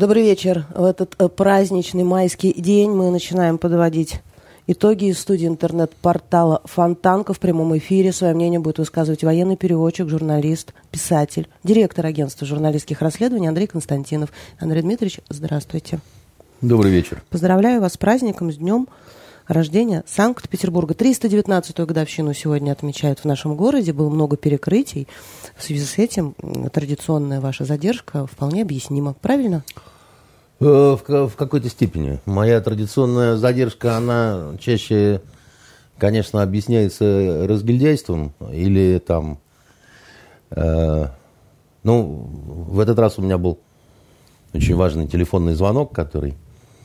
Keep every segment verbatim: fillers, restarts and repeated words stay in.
Добрый вечер. В этот праздничный майский день мы начинаем подводить итоги из студии интернет-портала Фонтанка. В прямом эфире свое мнение будет высказывать военный переводчик, журналист, писатель, директор агентства журналистских расследований Андрей Константинов. Андрей Дмитриевич, здравствуйте. Добрый вечер. Поздравляю вас с праздником, с днем рождения Санкт-Петербурга. триста девятнадцатую годовщину сегодня отмечают в нашем городе. Было много перекрытий. В связи с этим традиционная ваша задержка вполне объяснима. Правильно? В, в какой-то степени. Моя традиционная задержка, она чаще, конечно, объясняется разгильдяйством или там... Э, ну, в этот раз у меня был очень важный телефонный звонок, который...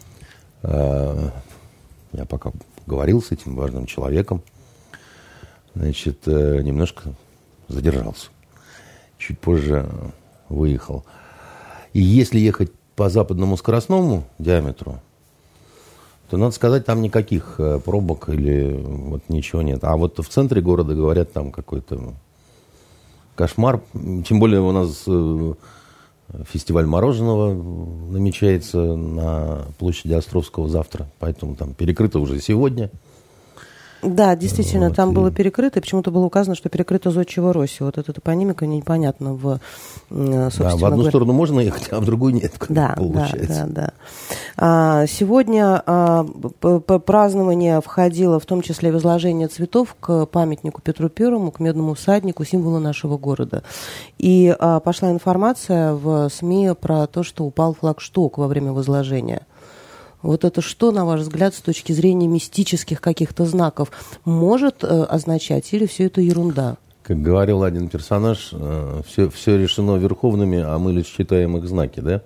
Э, я пока говорил с этим важным человеком, значит, э, немножко задержался. Чуть позже выехал. И если ехать по западному скоростному диаметру, то, надо сказать, там никаких э, пробок или вот ничего нет. А вот в центре города, говорят, там какой-то кошмар. Тем более у нас э, фестиваль мороженого намечается на площади Островского завтра. Поэтому там перекрыто уже сегодня. Да, действительно, вот, там и... было перекрыто, и почему-то было указано, что перекрыто Зодчего Росси. Вот эта топонимика непонятна в, собственно да, в одну говоря... сторону можно ехать, а в другую нет. Да, получается. да, да, да. А, сегодня а, празднование входило в том числе в изложение цветов к памятнику Петру Первому, к Медному всаднику, символу нашего города. И а, пошла информация в СМИ про то, что упал флагшток во время возложения. Вот это что, на ваш взгляд, с точки зрения мистических каких-то знаков, может э, означать, или все это ерунда? Как говорил один персонаж, э, все, все решено верховными, а мы лишь читаем их знаки, да?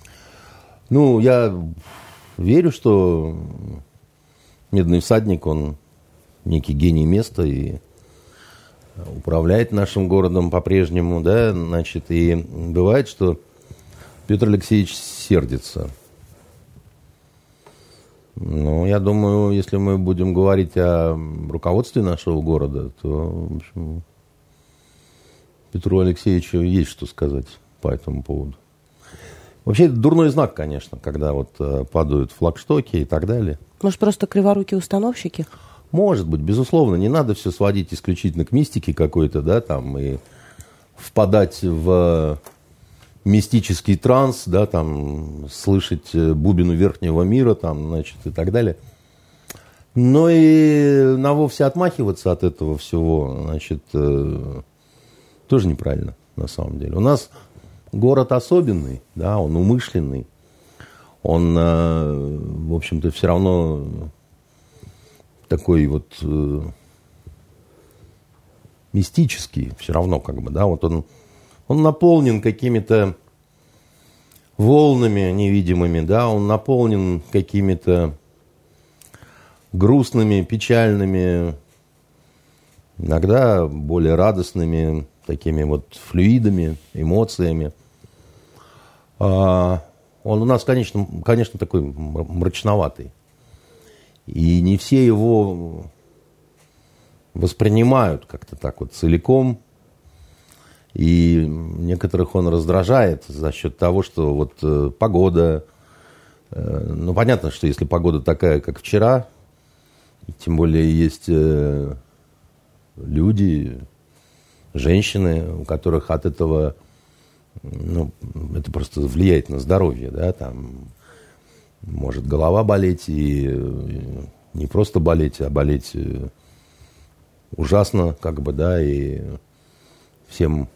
Ну, я верю, что Медный всадник, он некий гений места и управляет нашим городом по-прежнему, да, значит, и бывает, что Петр Алексеевич сердится. Ну, я думаю, если мы будем говорить о руководстве нашего города, то, в общем, Петру Алексеевичу есть что сказать по этому поводу. Вообще, это дурной знак, конечно, когда вот падают флагштоки и так далее. Может, просто криворукие установщики? Может быть, безусловно. Не надо все сводить исключительно к мистике какой-то, да, там, и впадать в... мистический транс, да, там, слышать бубину верхнего мира, там, значит, и так далее. Но и на вовсе отмахиваться от этого всего, значит, э, тоже неправильно, на самом деле. У нас город особенный, да, он умышленный, он, э, в общем-то, все равно такой вот э, мистический, все равно, как бы, да, вот он Он наполнен какими-то волнами невидимыми, да, он наполнен какими-то грустными, печальными, иногда более радостными такими вот флюидами, эмоциями. А он у нас, конечно, конечно, такой мрачноватый. И не все его воспринимают как-то так вот целиком. И некоторых он раздражает за счет того, что вот э, погода, э, ну, понятно, что если погода такая, как вчера, тем более есть э, люди, женщины, у которых от этого, ну, это просто влияет на здоровье, да, там может голова болеть, и, и не просто болеть, а болеть ужасно, как бы, да, и всем,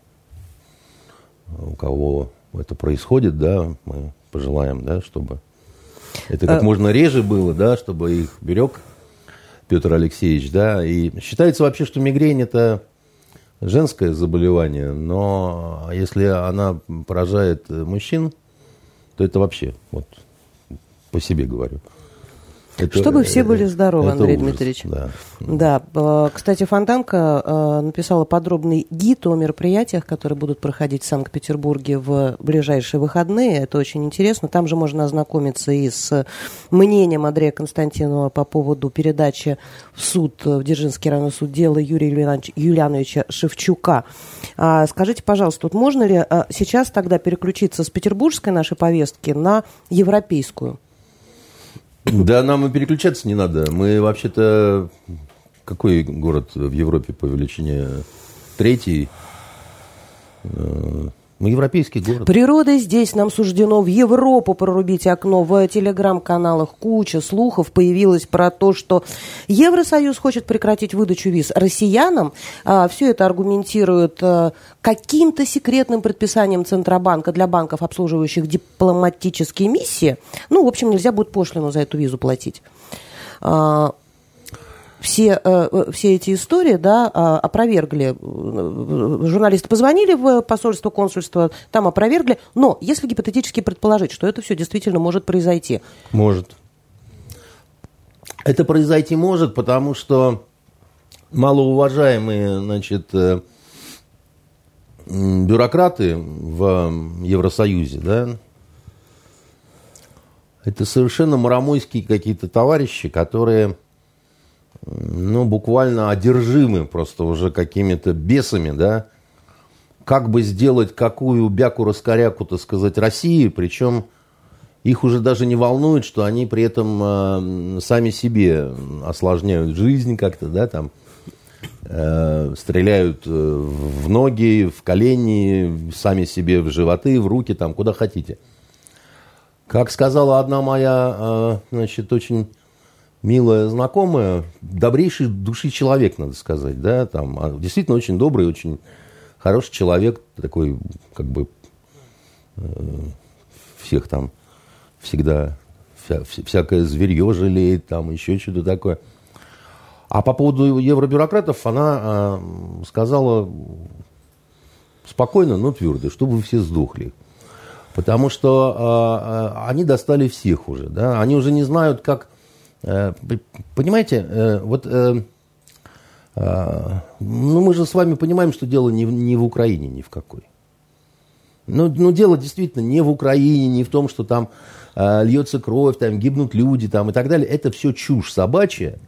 у кого это происходит, да, мы пожелаем, да, чтобы это как можно реже было, да, чтобы их берег Петр Алексеевич, да, и считается вообще, что мигрень это женское заболевание, но если она поражает мужчин, то это вообще, вот, по себе говорю. Это, Чтобы все были здоровы, Андрей ужас, Дмитриевич. Да. Да. Кстати, Фонтанка написала подробный гид о мероприятиях, которые будут проходить в Санкт-Петербурге в ближайшие выходные. Это очень интересно. Там же можно ознакомиться и с мнением Андрея Константинова по поводу передачи в суд, в Дзержинский районный суд дела Юрия Юлиановича Шевчука. Скажите, пожалуйста, тут можно ли сейчас тогда переключиться с петербургской нашей повестки на европейскую? Да, нам и переключаться не надо. Мы вообще-то... Какой город в Европе по величине? Третий? Мы европейский город. Природой здесь нам суждено в Европу прорубить окно. В телеграм-каналах куча слухов появилась про то, что Евросоюз хочет прекратить выдачу виз россиянам. А, все это аргументируют а, каким-то секретным предписанием Центробанка для банков, обслуживающих дипломатические миссии. Ну, в общем, нельзя будет пошлину за эту визу платить. А, Все, э, все эти истории, да, опровергли, журналисты позвонили в посольство, консульство, там опровергли, но если гипотетически предположить, что это все действительно может произойти. Может. Это произойти может, потому что малоуважаемые, значит, бюрократы в Евросоюзе, да, это совершенно марамойские какие-то товарищи, которые... ну, буквально одержимы просто уже какими-то бесами, да, как бы сделать какую бяку-раскоряку, так сказать, России, причем их уже даже не волнует, что они при этом э, сами себе осложняют жизнь как-то, да, там, э, стреляют в ноги, в колени, сами себе в животы, в руки, там, куда хотите. Как сказала одна моя, э, значит, очень... милая знакомая, добрейший души человек, надо сказать, да, там, действительно очень добрый, очень хороший человек, такой, как бы, э, всех там всегда, вся, всякое зверье жалеет, там, еще что-то такое. А по поводу евробюрократов она э, сказала спокойно, но твердо, чтобы вы все сдохли. Потому что э, они достали всех уже, да, они уже не знают, как... Понимаете, вот ну, мы же с вами понимаем, что дело не, не в Украине ни в какой. Но, но дело действительно не в Украине, не в том, что там э, льется кровь, там гибнут люди там, и так далее. Это все чушь собачья,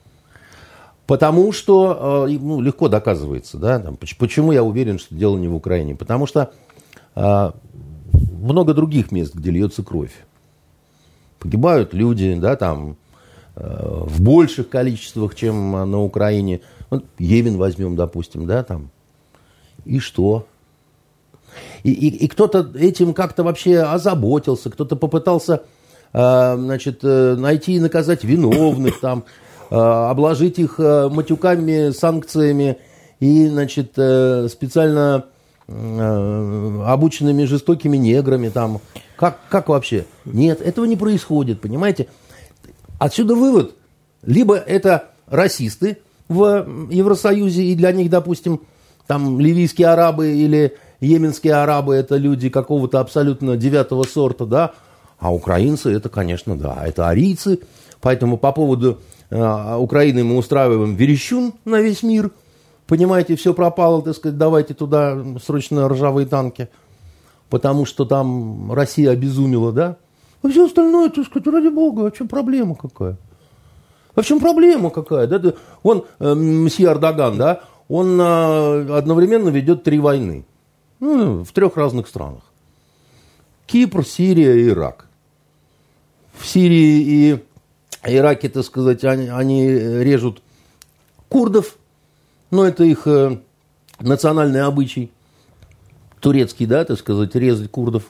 потому что э, ну, легко доказывается. Да, там, почему я уверен, что дело не в Украине? Потому что э, много других мест, где льется кровь. Погибают люди, да, там, в больших количествах, чем на Украине. Вот Йемен возьмем, допустим, да, там. И что? И, и, и кто-то этим как-то вообще озаботился, кто-то попытался, э, значит, найти и наказать виновных, там, э, обложить их э, матюками, санкциями и, значит, э, специально э, обученными жестокими неграми, там. Как, как вообще? Нет, этого не происходит, понимаете? Отсюда вывод. Либо это расисты в Евросоюзе, и для них, допустим, там ливийские арабы или йеменские арабы – это люди какого-то абсолютно девятого сорта, да, а украинцы – это, конечно, да, это арийцы. Поэтому по поводу э, Украины мы устраиваем верещун на весь мир. Понимаете, все пропало, так сказать, давайте туда срочно ржавые танки, потому что там Россия обезумела, да. А все остальное, так сказать, ради бога, а что проблема какая? А в чем проблема какая? Да? Он, э, мсье Эрдоган, да, он э, одновременно ведет три войны. Ну, в трех разных странах. Кипр, Сирия и Ирак. В Сирии и Ираке, так сказать, они, они режут курдов, но это их э, национальный обычай. Турецкий, да, так сказать, резать курдов.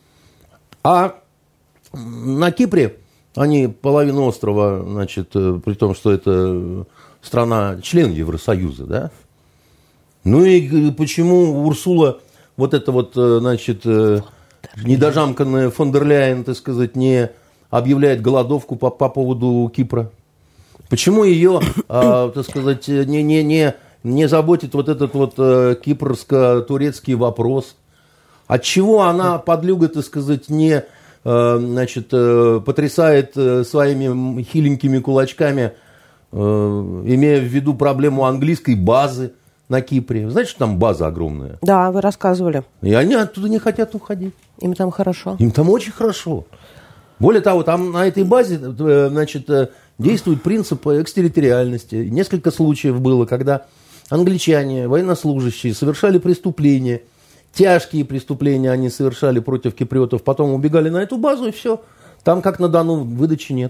А на Кипре они половину острова, значит, при том, что это страна, член Евросоюза, да? Ну и почему Урсула, вот эта вот, значит, недожамканная фон дер Ляйен, так сказать, не объявляет голодовку по, по поводу Кипра? Почему ее, а, так сказать, не, не, не, не заботит вот этот вот а, кипрско-турецкий вопрос? Отчего она, подлюга, так сказать, не значит, потрясает своими хиленькими кулачками, имея в виду проблему английской базы на Кипре. Знаете, что там база огромная? Да, вы рассказывали. И они оттуда не хотят уходить. Им там хорошо. Им там очень хорошо. Более того, там на этой базе, значит, действует принцип экстерриториальности. Несколько случаев было, когда англичане, военнослужащие, совершали преступления, тяжкие преступления они совершали против киприотов, потом убегали на эту базу, и все. Там, как на Дону, выдачи нет.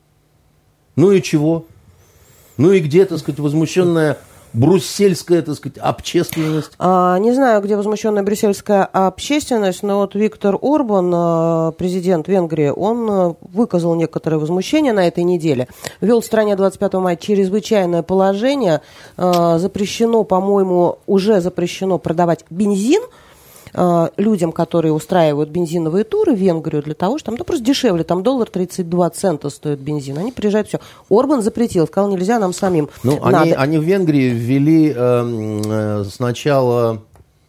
Ну и чего? Ну и где, так сказать, возмущенная брюссельская, так сказать, общественность? А, не знаю, где возмущенная брюссельская общественность, но вот Виктор Орбан, президент Венгрии, он выказал некоторое возмущение на этой неделе. Ввел в стране двадцать пятого мая чрезвычайное положение. Запрещено, по-моему, уже запрещено продавать бензин людям, которые устраивают бензиновые туры в Венгрию для того, что там ну, просто дешевле, там доллар тридцать два цента стоит бензин. Они приезжают, все. Орбан запретил, сказал, нельзя нам самим. Ну, они, они в Венгрии ввели э, сначала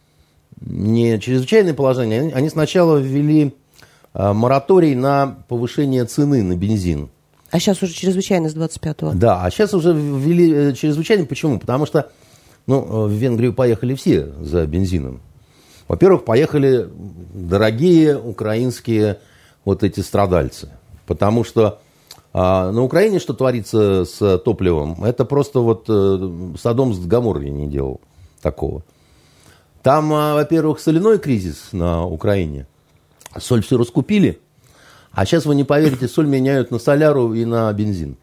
не чрезвычайное положение, они, они сначала ввели э, мораторий на повышение цены на бензин. А сейчас уже чрезвычайно с двадцать пятого. Да, а сейчас уже ввели чрезвычайно. Почему? Потому что ну, в Венгрию поехали все за бензином. Во-первых, поехали дорогие украинские вот эти страдальцы. Потому что а, на Украине что творится с топливом, это просто вот э, Содом с Гоморрой не делал такого. Там, а, во-первых, соляной кризис на Украине. Соль все раскупили, а сейчас, вы не поверите, соль меняют на соляру и на бензин.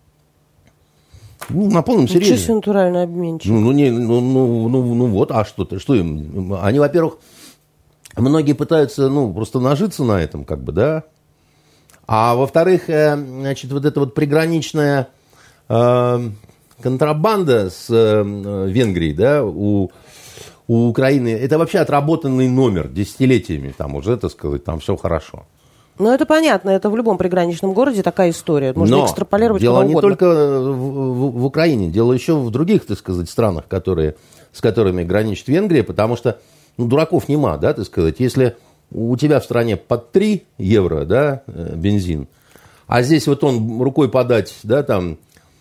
Ну, на полном серьезе. Чисто натуральный обменчик. Ну, ну, не, ну, ну, ну, ну вот, а что-то, что им? Они, во-первых, многие пытаются, ну, просто нажиться на этом, как бы, да. А во-вторых, э, значит, вот эта вот приграничная э, контрабанда с э, Венгрией, да, у, у Украины, это вообще отработанный номер десятилетиями, там уже, так сказать, там все хорошо. Ну, это понятно, это в любом приграничном городе такая история. Можно Но экстраполировать дело куда не угодно. только в, в, в Украине, дело еще в других, так сказать, странах, которые, с которыми граничит Венгрия, потому что ну, дураков нема, да, так сказать. Если у тебя в стране под три евро, да, бензин, а здесь вот он рукой подать, да, там,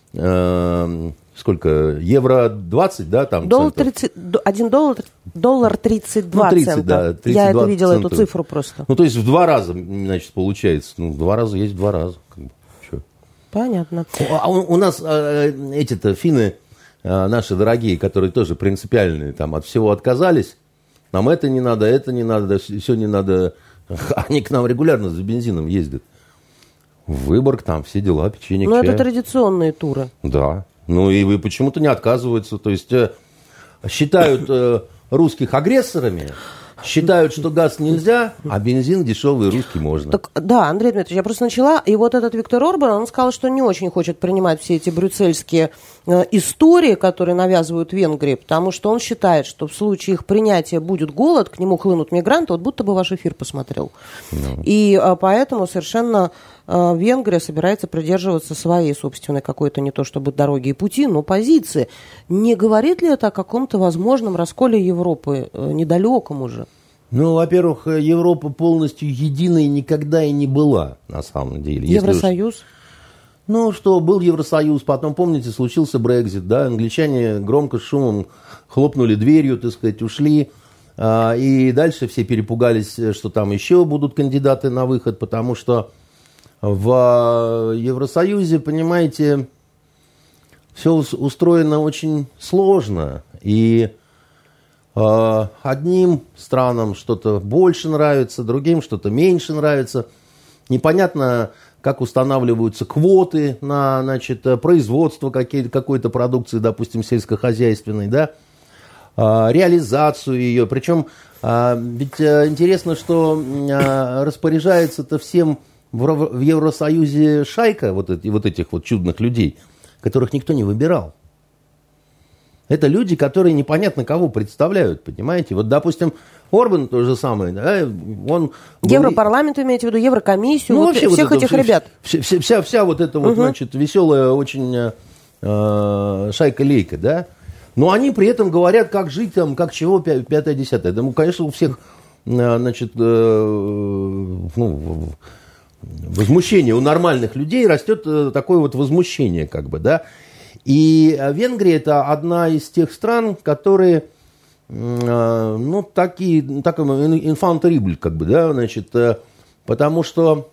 э, сколько, евро двадцать, да, там. Доллар тридцать, один доллар, доллар тридцать два ну, тридцать, цента. Да, тридцать два Я это видела, центов. Эту цифру просто. Ну, то есть в два раза, значит, получается. Ну, в два раза есть в два раза. Как бы, что? Понятно. А у, у нас э, эти-то финны, э, наши дорогие, которые тоже принципиальные, там, от всего отказались. Нам это не надо, это не надо, все не надо. Они к нам регулярно за бензином ездят. В Выборг, там, все дела, печенье, Ну, чай. это традиционные туры. Да. Ну, и вы почему-то не отказываются. То есть э, считают э, русских агрессорами, считают, что газ нельзя, а бензин дешевый русский можно. Так, да, Андрей Дмитриевич, я просто начала, и вот этот Виктор Орбан, он сказал, что не очень хочет принимать все эти брюссельские э, истории, которые навязывают Венгрии, потому что он считает, что в случае их принятия будет голод, к нему хлынут мигранты, вот будто бы ваш эфир посмотрел. No. И э, поэтому совершенно э, Венгрия собирается придерживаться своей собственной какой-то не то чтобы дороги и пути, но позиции. Не говорит ли это о каком-то возможном расколе Европы, э, недалеком уже? Ну, во-первых, Европа полностью единой никогда и не была, на самом деле. Евросоюз? Уж... Ну, что, был Евросоюз, потом, помните, случился Брексит, да, англичане громко с шумом хлопнули дверью, так сказать, ушли, а, и дальше все перепугались, что там еще будут кандидаты на выход, потому что в Евросоюзе, понимаете, все устроено очень сложно, и одним странам что-то больше нравится, другим что-то меньше нравится. Непонятно, как устанавливаются квоты на, значит, производство какой-то продукции, допустим, сельскохозяйственной, да, реализацию ее. Причем ведь интересно, что распоряжается-то всем в Евросоюзе шайка вот, эти, вот этих вот чудных людей, которых никто не выбирал. Это люди, которые непонятно кого представляют, понимаете? Вот, допустим, Орбан то же самое, да, он... Европарламент, имеете в виду, Еврокомиссию, ну, вот всех вот этих это, ребят. Вся, вся, вся, вся вот эта вот, угу. значит, веселая очень э, шайка-лейка, да? Но они при этом говорят, как жить там, как чего, пятое-десятое. Да, ну, конечно, у всех значит, ну, возмущение у нормальных людей, растет такое вот возмущение, как бы, да. И Венгрия – это одна из тех стран, которые, ну, такие, такой enfant terrible, как бы, да, значит, потому что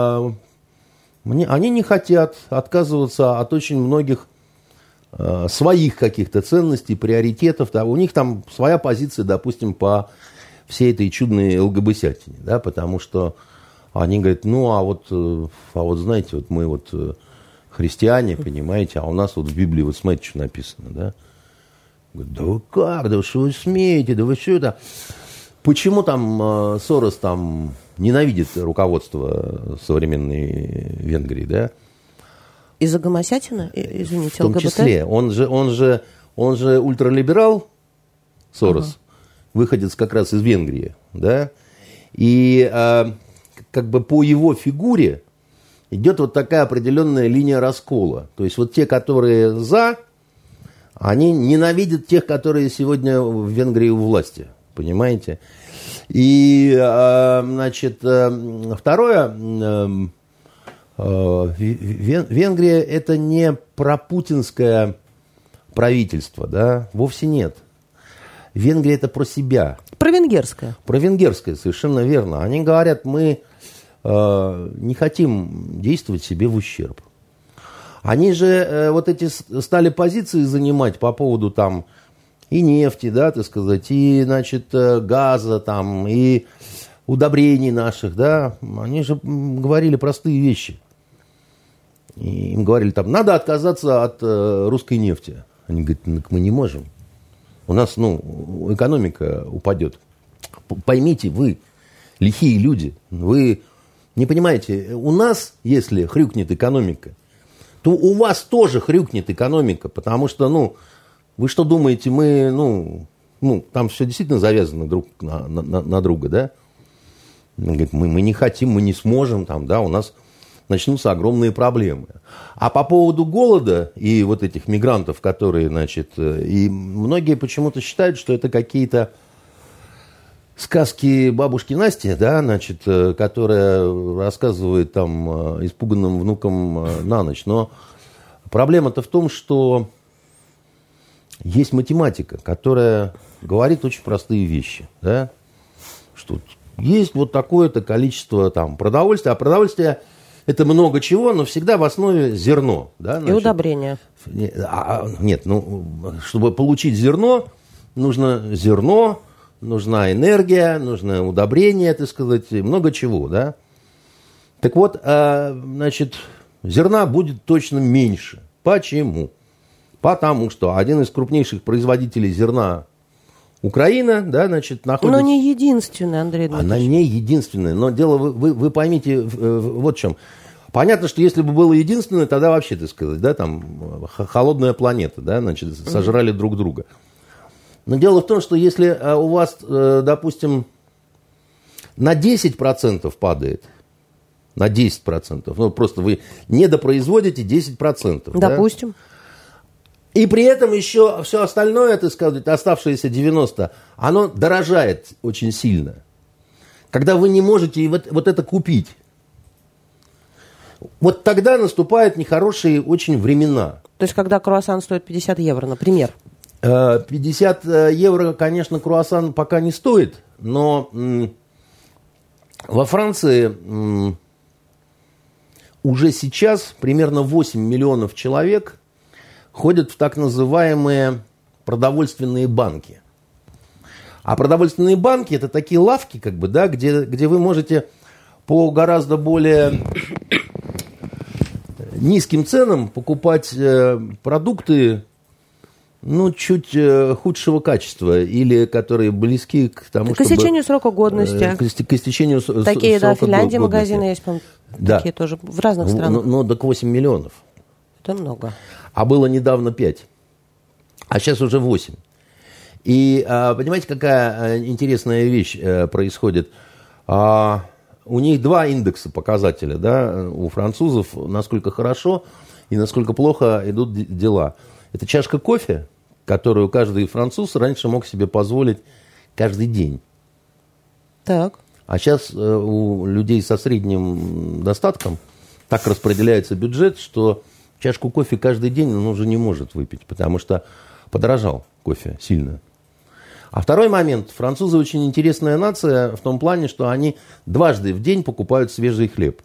они не хотят отказываться от очень многих своих каких-то ценностей, приоритетов. Да, у них там своя позиция, допустим, по всей этой чудной ЛГБТ-тине, да, потому что они говорят, ну, а вот, а вот знаете, вот мы вот христиане, понимаете, а у нас вот в Библии, вот смотрите, что написано, да. Говорят, да вы как, да что вы смеете, да вы что это? Почему там Сорос там ненавидит руководство современной Венгрии, да? Из-за гомосятина? Извините, в том ЛГБТ? числе. Он же, он же, он же ультралиберал, Сорос, ага. Выходец как раз из Венгрии, да? И а, как бы по его фигуре идет вот такая определенная линия раскола. То есть вот те, которые за, они ненавидят тех, которые сегодня в Венгрии у власти, понимаете? И, а, значит, второе... Венгрия – это не пропутинское правительство, да, вовсе нет. Венгрия – это про себя. Про венгерское. Про венгерское, совершенно верно. Они говорят, мы э, не хотим действовать себе в ущерб. Они же э, вот эти стали позиции занимать по поводу там и нефти, да, так сказать, и, значит, газа там, и удобрений наших, да. Они же говорили простые вещи. И им говорили, там, надо отказаться от э, русской нефти. Они говорят, ну, мы не можем. У нас, ну, экономика упадет. Поймите, вы, лихие люди, вы не понимаете, у нас, если хрюкнет экономика, то у вас тоже хрюкнет экономика, потому что, ну, вы что думаете, мы, ну, ну там все действительно завязано друг на, на, на друга, да? Он говорит, мы, мы не хотим, мы не сможем, там, да, у нас начнутся огромные проблемы. А по поводу голода и вот этих мигрантов, которые, значит, и многие почему-то считают, что это какие-то сказки бабушки Насти, да, значит, которая рассказывает там испуганным внукам на ночь. Но проблема-то в том, что есть математика, которая говорит очень простые вещи, да, что есть вот такое-то количество там продовольствия, а продовольствие это много чего, но всегда в основе зерно. Да, и удобрения. Нет, ну, чтобы получить зерно, нужно зерно, нужна энергия, нужно удобрение, так сказать, много чего, да. Так вот, значит, зерна будет точно меньше. Почему? Потому что один из крупнейших производителей зерна Украина, да, значит, находится... Но не единственная, Андрей Дмитриевич. Она не единственная, но дело, вы, вы, вы поймите, вот в чем. Понятно, что если бы было единственное, тогда вообще, так сказать, да, там, холодная планета, да, значит, сожрали друг друга. Но дело в том, что если у вас, допустим, на десять процентов падает, на десять процентов, ну, просто вы недопроизводите десять процентов. Допустим. Да? И при этом еще все остальное, так сказать, оставшиеся девяносто, оно дорожает очень сильно. Когда вы не можете вот, вот это купить. Вот тогда наступают нехорошие очень времена. То есть, когда круассан стоит пятьдесят евро, например? пятьдесят евро, конечно, круассан пока не стоит, но во Франции уже сейчас примерно восемь миллионов человек ходят в так называемые продовольственные банки. А продовольственные банки – это такие лавки, как бы, да, где, где вы можете по гораздо более низким ценам покупать э, продукты, ну, чуть э, худшего качества или которые близки к тому, к истечению чтобы, срока годности. Э, к, к истечению с, такие, срока да, в Финляндии годности. магазины есть, по-моему, да. Такие тоже в разных странах. Ну, ну, так восемь миллионов. Это много. А было недавно пять. А сейчас уже восемь. И понимаете, какая интересная вещь происходит? У них два индекса показателя, да, у французов, насколько хорошо и насколько плохо идут дела. Это чашка кофе, которую каждый француз раньше мог себе позволить каждый день. Так. А сейчас э, у людей со средним достатком так распределяется бюджет, что чашку кофе каждый день он уже не может выпить, потому что подорожал кофе сильно. А второй момент. Французы очень интересная нация в том плане, что они дважды в день покупают свежий хлеб.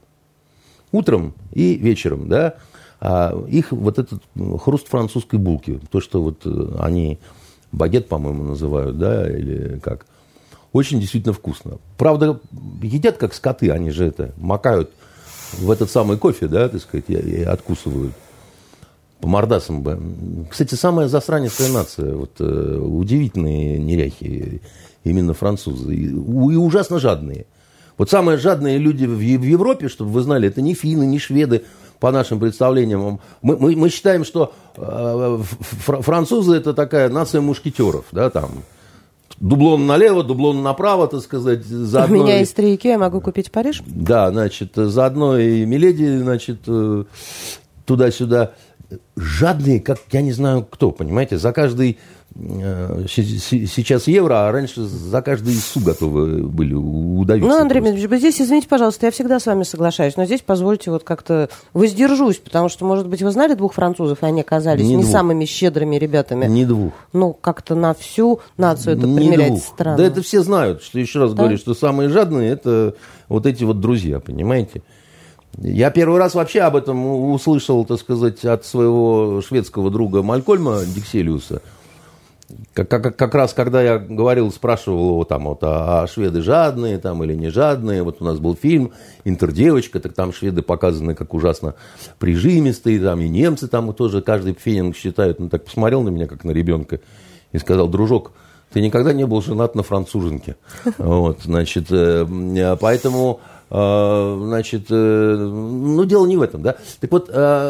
Утром и вечером, да. А их вот этот хруст французской булки, то, что вот они багет, по-моему, называют, да, или как, очень действительно вкусно. Правда, едят как скоты, они же это макают в этот самый кофе, да, так сказать, и, и откусывают. По мордасам бы. Кстати, самая засранистая нация. Вот, э, удивительные неряхи. Именно французы. И, и ужасно жадные. Вот самые жадные люди в, в Европе, чтобы вы знали, это не финны, не шведы, по нашим представлениям. Мы, мы, мы считаем, что э, французы это такая нация мушкетеров. Да, там. Дублон налево, дублон направо, так сказать. Заодно... У меня есть три икеа, я могу купить Париж? Да, значит, заодно и Миледи, значит, э, туда-сюда. Жадные, как я не знаю кто, понимаете, за каждый э, сейчас евро, а раньше за каждый ИСУ готовы были удавиться. Ну, Андрей Дмитриевич, здесь, извините, пожалуйста, я всегда с вами соглашаюсь, но здесь позвольте вот как-то воздержусь, потому что, может быть, вы знали двух французов, и они оказались не, не самыми щедрыми ребятами. Не двух. Ну, как-то на всю нацию это примерять странно. Да это все знают, что еще раз да? говорю, что самые жадные это вот эти вот друзья, понимаете. Я первый раз вообще об этом услышал, так сказать, от своего шведского друга Малькольма Дикселиуса. Как, как, как раз, когда я говорил, спрашивал его, там, вот, а, а шведы жадные там, или не жадные. Вот у нас был фильм «Интердевочка», так там шведы показаны как ужасно прижимистые, там, и немцы там тоже каждый пфенинг считают. Он так посмотрел на меня, как на ребенка, и сказал: дружок, ты никогда не был женат на француженке. Вот, значит, поэтому... Значит, ну, дело не в этом, да. Так вот,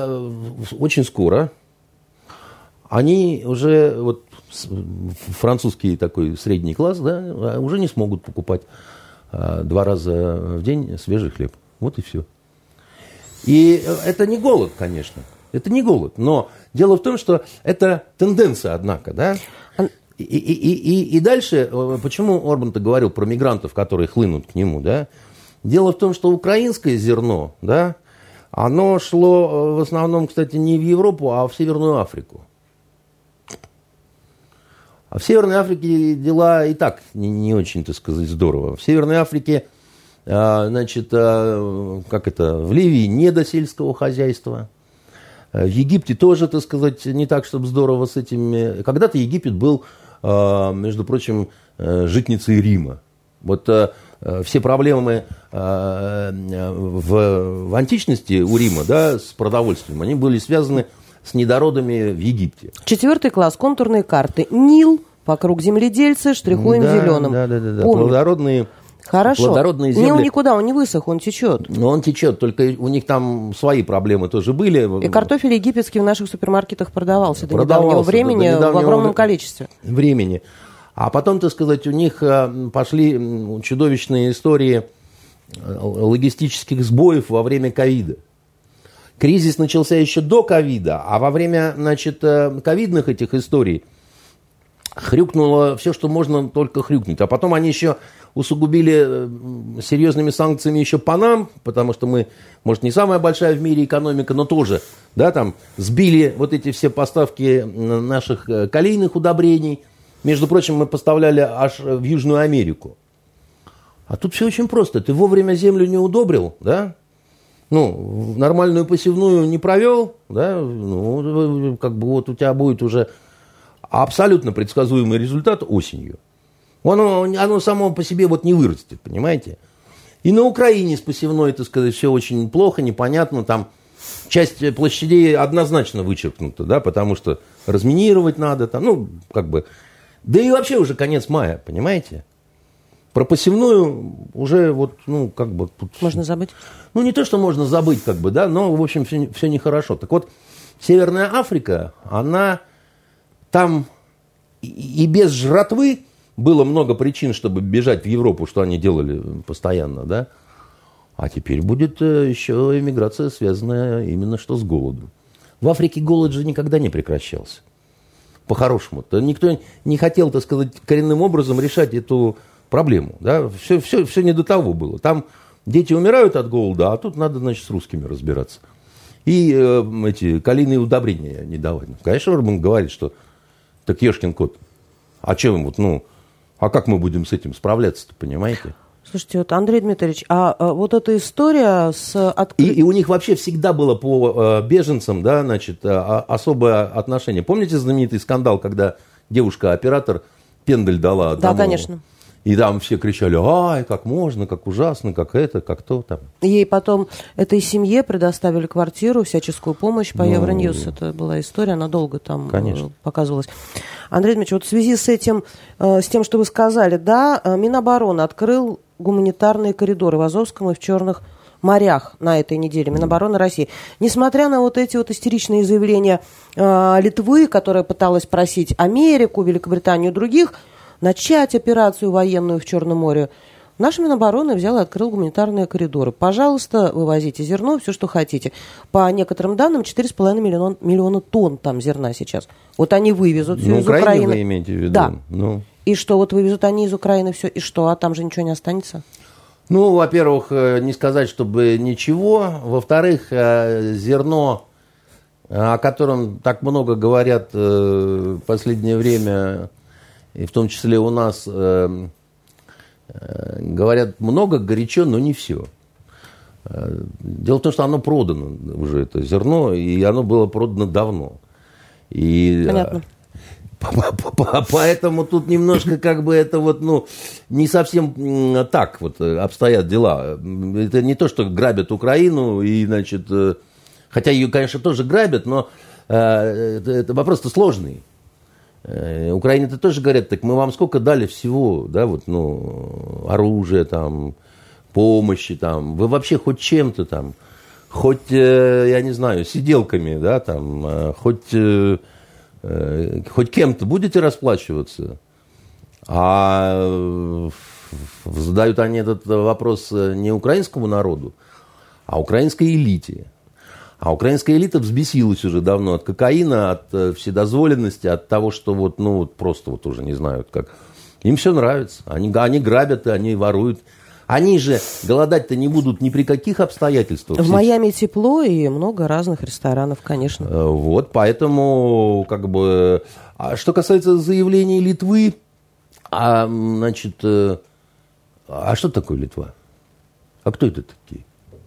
очень скоро они уже, вот, французский такой средний класс, да, уже не смогут покупать два раза в день свежий хлеб. Вот и все. И это не голод, конечно. Это не голод. Но дело в том, что это тенденция, однако, да. И, и, и, и, и дальше, почему Орбан-то говорил про мигрантов, которые хлынут к нему, да. Дело в том, что украинское зерно, да, оно шло в основном, кстати, не в Европу, а в Северную Африку. А в Северной Африке дела и так не, не очень, так сказать, здорово. В Северной Африке, значит, как это, в Ливии не до сельского хозяйства. В Египте тоже, так сказать, не так, чтобы здорово с этими. Когда-то Египет был, между прочим, житницей Рима. Вот все проблемы в, в античности у Рима, да, с продовольствием, они были связаны с недородами в Египте. Четвертый класс, контурные карты. Нил, вокруг земледельцы, штрихуем да, зеленым. Да, да, да, да. Плодородные, Хорошо. плодородные земли. Нил никуда, он не высох, он течет. Но он течет, только у них там свои проблемы тоже были. И картофель египетский в наших супермаркетах продавался, продавался до недавнего времени до недавнего в огромном количестве. Времени. А потом, так сказать, у них пошли чудовищные истории логистических сбоев во время ковида. Кризис начался еще до ковида, а во время, значит, ковидных этих историй хрюкнуло все, что можно только хрюкнуть. А потом они еще усугубили серьезными санкциями еще по нам, потому что мы, может, не самая большая в мире экономика, но тоже, да, там, сбили вот эти все поставки наших калийных удобрений. Между прочим, мы поставляли аж в Южную Америку. А тут все очень просто. Ты вовремя землю не удобрил, да? Ну, нормальную посевную не провел, да? Ну, как бы вот у тебя будет уже абсолютно предсказуемый результат осенью. Оно, оно само по себе вот не вырастет, понимаете? И на Украине с посевной, так сказать, все очень плохо, непонятно. Там часть площадей однозначно вычеркнута, да, потому что разминировать надо, там, ну, как бы... Да и вообще уже конец мая, понимаете? Про посевную уже вот, ну, как бы... Тут... Можно забыть? Ну, не то, что можно забыть, как бы, да, но, в общем, все, все нехорошо. Так вот, Северная Африка, она там и, и без жратвы было много причин, чтобы бежать в Европу, что они делали постоянно, да? А теперь будет еще эмиграция, связанная именно что с голодом. В Африке голод же никогда не прекращался. По-хорошему-то. Никто не хотел, так сказать, коренным образом решать эту проблему. Да? Все, все, все не до того было. Там дети умирают от голода, а тут надо, значит, с русскими разбираться. И э, эти калийные удобрения не давать. Конечно, Орбан говорит, что так ешкин кот. А чем вот, ну, а как мы будем с этим справляться-то, понимаете? Слушайте, вот, Андрей Дмитриевич, а, а вот эта история с открытием... И, и у них вообще всегда было по э, беженцам, да, значит, э, особое отношение. Помните знаменитый скандал, когда девушка-оператор пендель дала одному? Да, конечно. И там все кричали: ай, как можно, как ужасно, как это, как то там. Ей потом, этой семье предоставили квартиру, всяческую помощь по ну, Евроньюз. Это была история, она долго там конечно. показывалась. Андрей Дмитриевич, вот в связи с этим, с тем, что вы сказали, да, Минобороны открыл гуманитарные коридоры в Азовском и в Черных морях на этой неделе, Минобороны России. Несмотря на вот эти вот истеричные заявления э, Литвы, которая пыталась просить Америку, Великобританию и других начать операцию военную в Черном море, наша Минобороны взяла и открыла гуманитарные коридоры. Пожалуйста, вывозите зерно, все, что хотите. По некоторым данным, четыре с половиной миллиона, миллиона тонн там зерна сейчас. Вот они вывезут все ну, из Украины. Украину вы имеете в виду? Да. Ну. И что, вот вывезут они из Украины все, и что, а там же ничего не останется? Ну, во-первых, не сказать, чтобы ничего. Во-вторых, зерно, о котором так много говорят в последнее время, и в том числе у нас, говорят много, горячо, но не все. Дело в том, что оно продано уже, это зерно, и оно было продано давно. И, понятно. Поэтому тут немножко как бы это вот, ну, не совсем так вот обстоят дела. Это не то, что грабят Украину, и, значит, хотя ее, конечно, тоже грабят, но это, это вопрос-то сложный. Украине-то тоже говорят, так мы вам сколько дали всего, да, вот, ну, оружия там, помощи там, вы вообще хоть чем-то там, хоть, я не знаю, сиделками, да, там, хоть... хоть кем-то будете расплачиваться? А задают они этот вопрос не украинскому народу, а украинской элите. А украинская элита взбесилась уже давно от кокаина, от вседозволенности, от того, что вот, ну, вот просто вот уже не знают как. Им все нравится. Они, они грабят, они воруют. Они же голодать-то не будут ни при каких обстоятельствах. В Майами тепло и много разных ресторанов, конечно. Вот, поэтому, как бы... А что касается заявлений Литвы, а, значит, а что такое Литва? А кто это такие?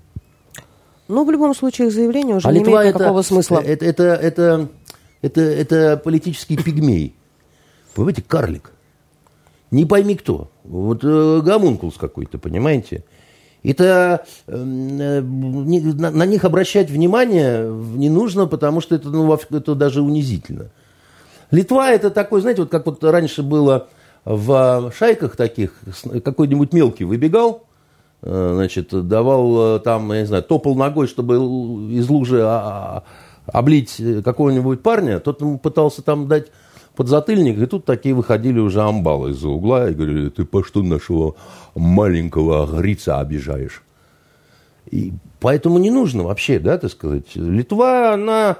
Ну, в любом случае, их заявление уже а не Литва имеет никакого это, смысла. Это, это, это, это, это политический пигмей. Понимаете, карлик. Не пойми кто. Вот э, гомункулус какой-то, понимаете? Это э, не, на, на них обращать внимание не нужно, потому что это, ну, это даже унизительно. Литва это такой, знаете, вот как вот раньше было в шайках таких, какой-нибудь мелкий выбегал, э, значит, давал там, я не знаю, топал ногой, чтобы из лужи а, а, облить какого-нибудь парня, тот ему пытался там дать подзатыльник, и тут такие выходили уже амбалы из-за угла и говорили: ты по что нашего маленького агрица обижаешь? И поэтому не нужно вообще, да, так сказать. Литва, она,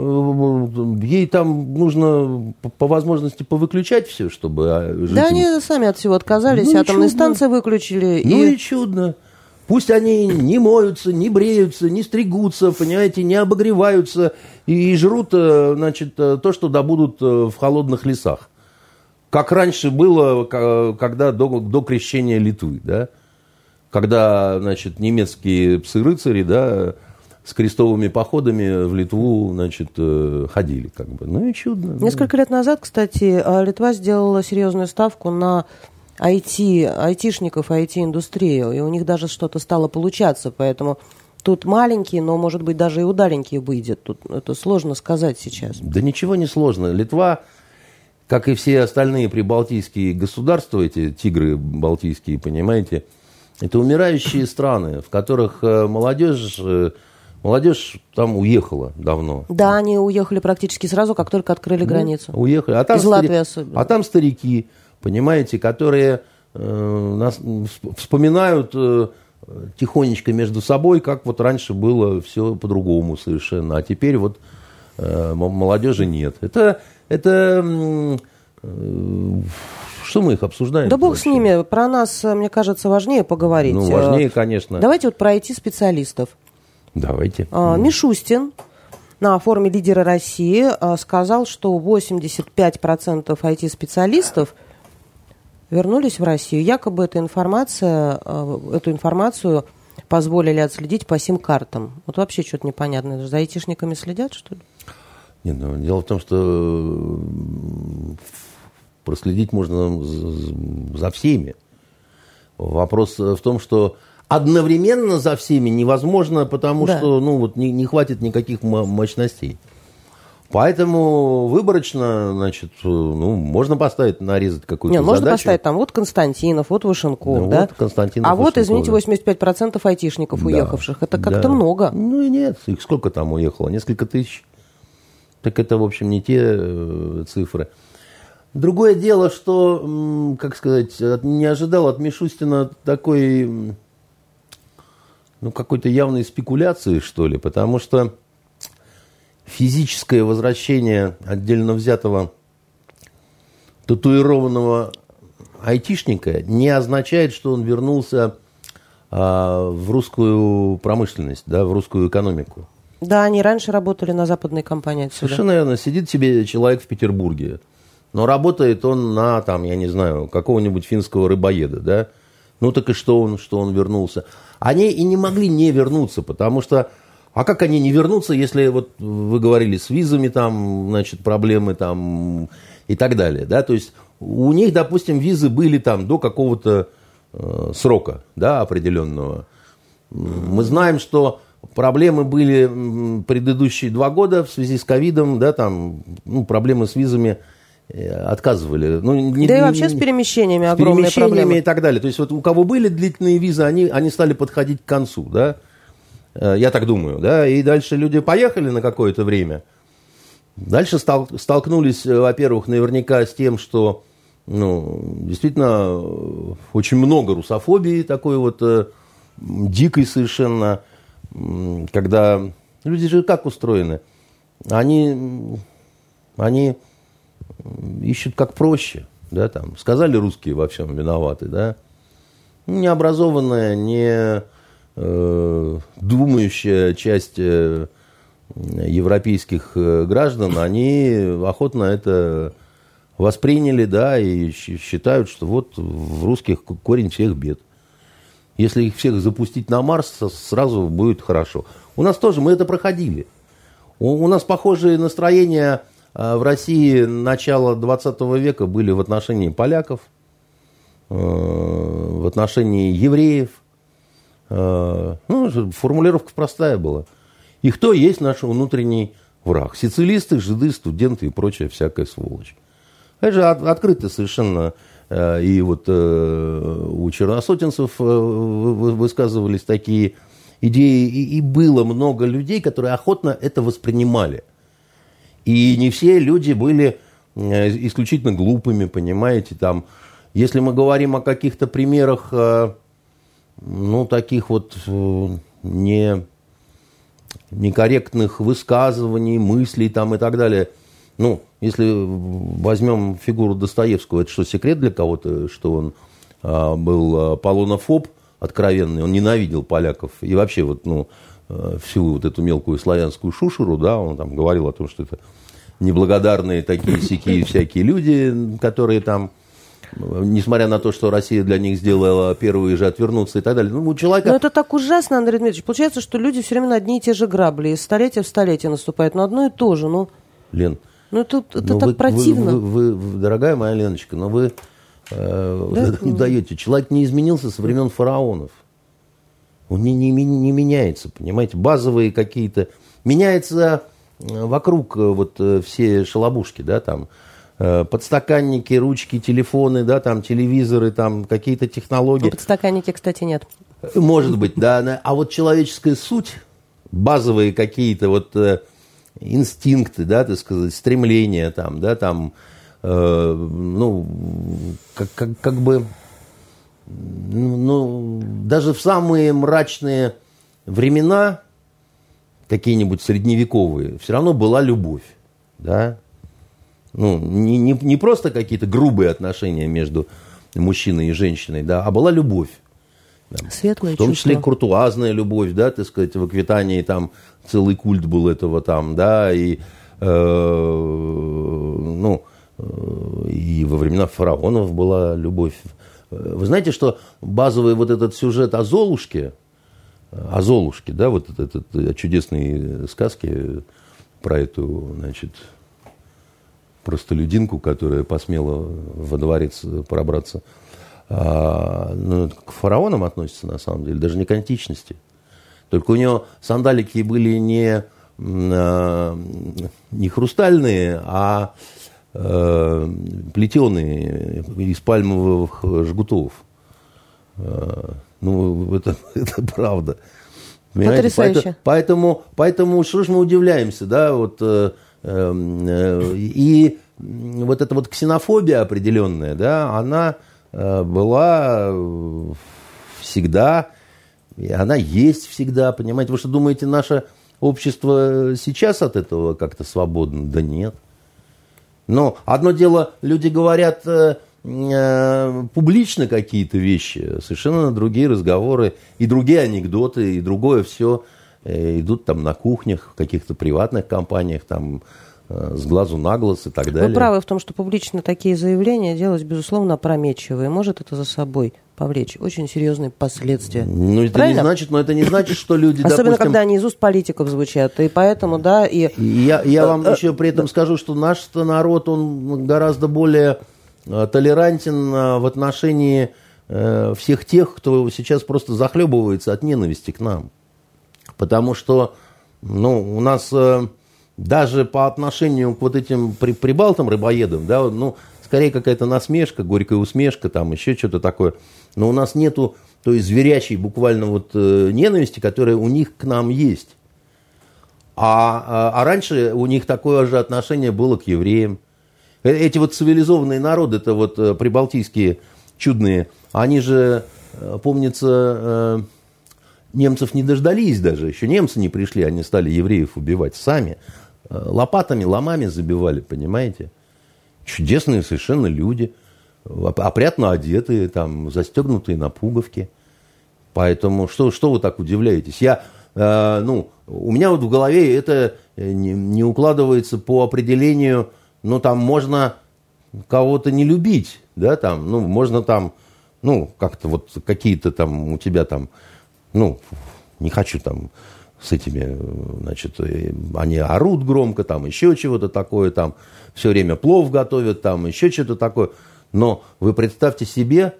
ей там нужно по, по возможности повыключать все, чтобы жить. Да, они сами от всего отказались, ну, атомные станции выключили. Ну и... и чудно. Пусть они не моются, не бреются, не стригутся, понимаете, не обогреваются и жрут, значит, то, что добудут в холодных лесах. Как раньше было, когда до, до крещения Литвы, да? Когда, значит, немецкие псы-рыцари, да, с крестовыми походами в Литву, значит, ходили, как бы. Ну и чудно. Несколько лет назад, кстати, Литва сделала серьезную ставку на ай ти, айтишников, ай ти-индустрию, и у них даже что-то стало получаться, поэтому тут маленькие, но, может быть, даже и удаленькие выйдет. Тут это сложно сказать сейчас. Да ничего не сложно. Литва, как и все остальные прибалтийские государства, эти тигры балтийские, понимаете, это умирающие страны, в которых молодежь, молодежь там уехала давно. Да, они уехали практически сразу, как только открыли границу. Ну, уехали. А там из стари... Латвии особенно. А там старики, понимаете, которые э, нас, вспоминают э, тихонечко между собой, как вот раньше было все по-другому совершенно, а теперь вот э, молодежи нет. Это, это э, Что мы их обсуждаем? Да бог вообще? с ними. Про нас, мне кажется, важнее поговорить. Ну, важнее, конечно. Давайте вот про ай ти-специалистов. Давайте. А, Мишустин на форуме «Лидеры России» сказал, что восемьдесят пять процентов ай ти-специалистов вернулись в Россию. Якобы эта информация, эту информацию позволили отследить по сим-картам. Вот вообще что-то непонятно. За айтишниками следят, что ли? Нет, ну, дело в том, что проследить можно за всеми. Вопрос в том, что одновременно за всеми невозможно, потому да. что ну, вот, не, не хватит никаких мощностей. Поэтому выборочно, значит, ну, можно поставить, нарезать какую-то Нет, задачу. Можно поставить там вот Константинов, вот Вышенков, ну, да? Вот Константинов, а Вышенков, вот, извините, да. восемьдесят пять процентов айтишников да. уехавших. Это как-то да. много. Ну и нет, их сколько там уехало? Несколько тысяч. Так это, в общем, не те э, цифры. Другое дело, что, как сказать, не ожидал от Мишустина такой, ну, какой-то явной спекуляции, что ли, потому что физическое возвращение отдельно взятого татуированного айтишника не означает, что он вернулся а, в русскую промышленность, да, в русскую экономику. Да, они раньше работали на западной компании отсюда. Совершенно верно. Сидит себе человек в Петербурге, но работает он на, там, я не знаю, какого-нибудь финского рыбоеда, да? Ну так и что он, что он вернулся? Они и не могли не вернуться, потому что, а как они не вернутся, если вот вы говорили с визами там, значит, проблемы там и так далее, да? То есть у них, допустим, визы были там до какого-то э, срока, да, определенного. Мы знаем, что проблемы были предыдущие два года в связи с ковидом, да, там, ну, проблемы с визами отказывали. Ну, не, да и не, вообще с перемещениями с огромные перемещениями проблемы. И так далее. То есть вот у кого были длительные визы, они, они стали подходить к концу, да, я так думаю, да, и дальше люди поехали на какое-то время. Дальше стал, столкнулись, во-первых, наверняка с тем, что, ну, действительно, очень много русофобии, такой вот э, дикой совершенно, когда люди же как устроены? Они, они ищут как проще, да, там, сказали русские во всем виноваты, да, необразованная, не э, думающая часть э, европейских граждан, они охотно это восприняли, да, и считают, что вот в русских корень всех бед. Если их всех запустить на Марс, сразу будет хорошо. У нас тоже, мы это проходили. У, у нас похожие настроения в России начала двадцатого века были в отношении поляков, в отношении евреев. Ну, формулировка простая была. И кто есть наш внутренний враг? Сицилисты, жиды, студенты и прочая всякая сволочь. Это же от, открыто совершенно. И вот у черносотенцев высказывались такие идеи. И, и было много людей, которые охотно это воспринимали. И не все люди были исключительно глупыми, понимаете. Там, если мы говорим о каких-то примерах, ну, таких вот не... некорректных высказываний, мыслей там и так далее. Ну, если возьмем фигуру Достоевского, это что, секрет для кого-то, что он а, был полонофоб откровенный, он ненавидел поляков и вообще вот, ну, всю вот эту мелкую славянскую шушеру, да, он там говорил о том, что это неблагодарные такие-сякие всякие люди, которые там, несмотря на то, что Россия для них сделала первые же, отвернуться и так далее. Ну, у человека... Но это так ужасно, Андрей Дмитриевич. Получается, что люди все время на одни и те же грабли. Из столетия в столетие наступают. Но одно и то же. Ну, Лен, ну это, это ну, так вы, противно. Вы, вы, вы, дорогая моя Леночка, но вы э, да? не даете. Человек не изменился со времен фараонов. Он не, не, не меняется, понимаете. Базовые какие-то... Меняется вокруг вот все шалобушки, да, там... подстаканники, ручки, телефоны, да, там, телевизоры, там, какие-то технологии. Подстаканники, кстати, нет. Может быть, да. А вот человеческая суть, базовые какие-то вот э, инстинкты, да, так сказать, стремления, там, да, там, э, ну, как, как, как бы, ну, даже в самые мрачные времена, какие-нибудь средневековые, все равно была любовь, да. Ну, не, не, не просто какие-то грубые отношения между мужчиной и женщиной, да, а была любовь. Да. Светлое в том чувство. числе куртуазная любовь, да, так сказать, в Аквитании там целый культ был этого там, да, и, э, ну, и во времена фараонов была любовь. Вы знаете, что базовый вот этот сюжет о Золушке, о Золушке, да, вот этот, этот чудесные сказки про эту, значит, простолюдинку, которая посмела во дворец пробраться, а, ну, к фараонам относится, на самом деле, даже не к античности. Только у него сандалики были не, не хрустальные, а э, плетеные из пальмовых жгутов. Ну, это, это правда. Потрясающе. Поэтому, поэтому, что ж мы удивляемся, да, вот, э, э, и вот эта вот ксенофобия определенная, да, она э, была всегда, и она есть всегда, понимаете. Вы что думаете, наше общество сейчас от этого как-то свободно? Да нет. Но одно дело, люди говорят э, э, публично какие-то вещи, совершенно другие разговоры, и другие анекдоты, и другое все э, идут там на кухнях, в каких-то приватных компаниях, там, э, с глазу на глаз и так далее. Вы правы в том, что публично такие заявления делать, безусловно, опрометчиво, и может это за собой повлечь очень серьезные последствия. Ну, это не значит, но это не значит, что люди, особенно, допустим, когда они из уст политиков звучат, и поэтому, да, и... И я, я вам еще при этом скажу, что наш народ, он гораздо более толерантен в отношении всех тех, кто сейчас просто захлебывается от ненависти к нам. Потому что, ну, у нас даже по отношению к вот этим при, прибалтам, рыбоедам, да, ну, скорее какая-то насмешка, горькая усмешка, там еще что-то такое. Но у нас нету той зверячей буквально вот э, ненависти, которая у них к нам есть. А, а, а раньше у них такое же отношение было к евреям. Эти вот цивилизованные народы, это вот э, прибалтийские чудные, они же, э, помнится, э, немцев не дождались даже. Еще немцы не пришли, они стали евреев убивать сами. Э, лопатами, ломами забивали, понимаете? Чудесные совершенно люди, опрятно одетые, там, застегнутые на пуговки. Поэтому что, что вы так удивляетесь? Я, э, ну, у меня вот в голове это не, не укладывается по определению, ну, там можно кого-то не любить, да, там, ну, можно там, ну, как-то вот какие-то там у тебя там, ну, не хочу там с этими, значит, они орут громко, там, еще чего-то такое, там, все время плов готовят, там, еще что-то такое. Но вы представьте себе,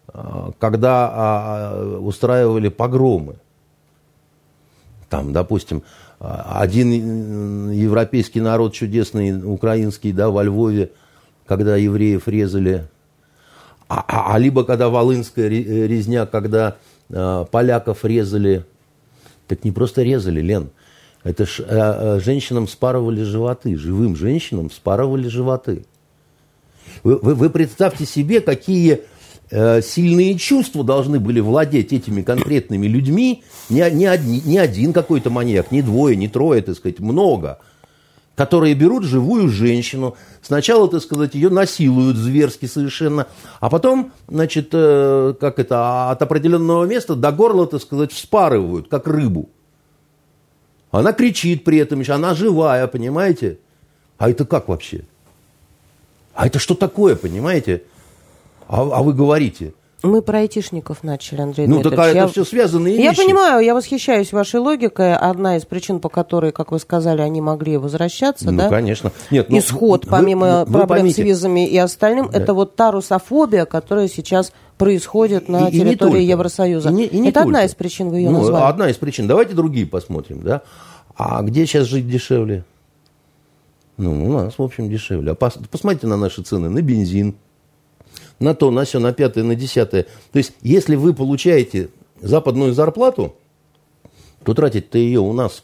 когда устраивали погромы. Там, допустим, один европейский народ чудесный, украинский, да, во Львове, когда евреев резали. А, а, а либо когда волынская резня, когда поляков резали. Так не просто резали, Лен. Это ж, э, женщинам спарывали животы, живым женщинам спарывали животы. Вы, вы, вы представьте себе, какие э, сильные чувства должны были владеть этими конкретными людьми. Не, не, одни, не один какой-то маньяк, не двое, не трое, так сказать, много. Которые берут живую женщину, сначала, так сказать, ее насилуют зверски совершенно, а потом, значит, э, как это, от определенного места до горла, так сказать, вспарывают, как рыбу. Она кричит при этом еще, она живая, понимаете? А это как вообще? А это что такое, понимаете? А, а вы говорите... Мы про айтишников начали, Андрей Ну, Дмитриевич. так это я... все связанные я вещи. Я понимаю, я восхищаюсь вашей логикой. Одна из причин, по которой, как вы сказали, они могли возвращаться, ну, да? конечно. Нет, ну, исход, вы, помимо вы, проблем вы поймите, с визами и остальным, да. Это вот та русофобия, которая сейчас происходит на и, территории и Евросоюза. И не, и не это только. Одна из причин, вы ее ну, назвали. Одна из причин. Давайте другие посмотрим, да? А где сейчас жить дешевле? Ну, у нас, в общем, дешевле. А пос, посмотрите на наши цены, на бензин, на то, на все, на пятое, на десятое. То есть, если вы получаете западную зарплату, то тратить-то ее у нас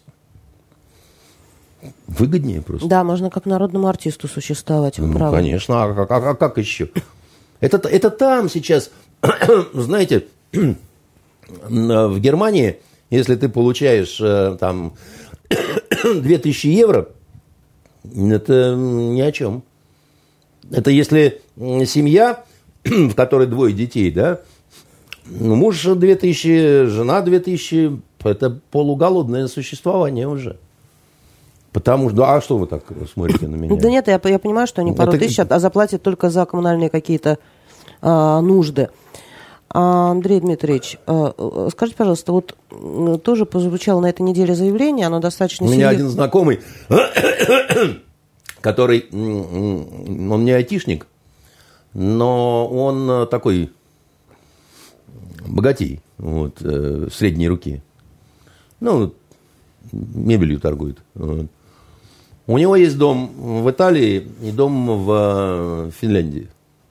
выгоднее просто. Да, можно как народному артисту существовать. Ну, правда. конечно. А, а, а, а как еще? Это, это там сейчас, знаете, в Германии, если ты получаешь там две тысячи евро, это ни о чем. Это если семья, в которой двое детей, да, муж две тысячи, жена две тысячи, это полуголодное существование уже. Потому что... А что вы так смотрите на меня? Да нет, я, я понимаю, что они пару это... тысяч, а заплатят только за коммунальные какие-то а, нужды. А, Андрей Дмитриевич, а, скажите, пожалуйста, вот тоже прозвучало на этой неделе заявление, оно достаточно... У меня серьез... один знакомый, который... Он не айтишник, но он такой богатей, вот, средней руки. Ну, мебелью торгует. Вот. У него есть дом в Италии и дом в Финляндии.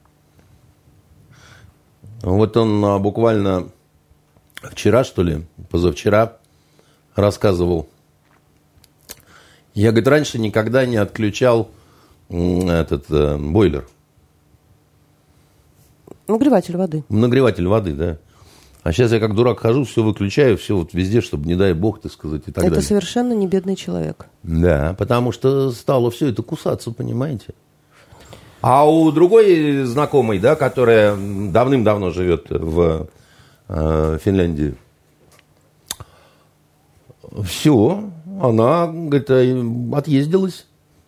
Вот он буквально вчера, что ли, позавчера рассказывал. Я, говорит, раньше никогда не отключал этот э, бойлер. Нагреватель воды. Нагреватель воды, да. А сейчас я как дурак хожу, все выключаю, все вот везде, чтобы, не дай бог, так сказать, и так это далее. Это совершенно не бедный человек. Да, потому что стало все это кусаться, понимаете. А у другой знакомой, да, которая давным-давно живет в э, Финляндии, все, она, говорит, отъездилась.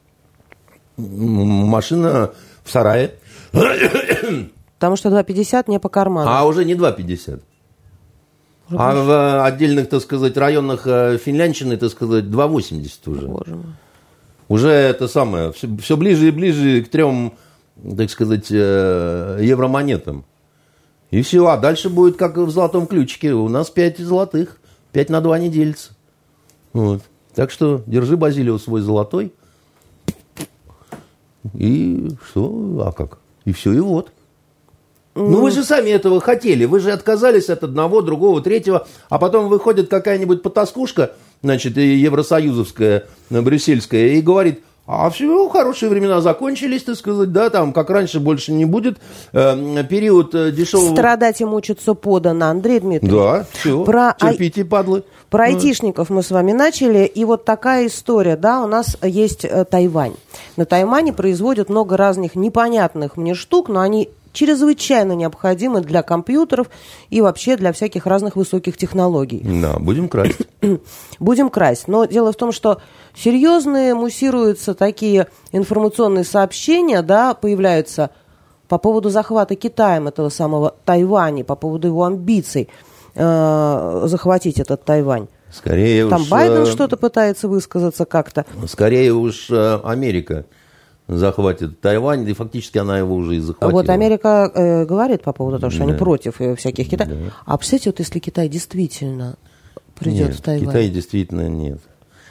Машина в сарае. Потому что два пятьдесят не по карману. А уже не два пятьдесят. А в отдельных, так сказать, районах Финляндщины, так сказать, два восемьдесят уже. Боже мой. Уже это самое, все, все ближе и ближе к трем, так сказать, евромонетам. И все, а дальше будет как в золотом ключике. У нас пять золотых, пять на два не делится. Вот. Так что держи, Базилио, свой золотой. И что, а как? И все, и вот. Ну, вы же сами этого хотели. Вы же отказались от одного, другого, третьего. А потом выходит какая-нибудь потаскушка, значит, евросоюзовская, брюссельская, и говорит, а все, хорошие времена закончились, так сказать, да, там, как раньше, больше не будет. Э, период дешевого... Страдать и мучиться подано, Андрей Дмитриевич. Да, все, Про терпите, ай... падлы. Про айтишников мы с вами начали, и вот такая история, да, у нас есть э, Тайвань. На Тайване производят много разных непонятных мне штук, но они чрезвычайно необходимы для компьютеров и вообще для всяких разных высоких технологий. Да, будем красть. Будем красть. Но дело в том, что серьезные муссируются такие информационные сообщения, да, появляются по поводу захвата Китаем этого самого Тайваня, по поводу его амбиций э, захватить этот Тайвань. Скорее Там уж, Байден э, что-то пытается высказаться как-то. Скорее уж э, Америка захватит Тайвань, и фактически она его уже и захватила. Вот Америка э, говорит по поводу того, что да. они против э, всяких Китаев. Да. А представьте, вот если Китай действительно придет нет, в Тайвань? Китай действительно нет.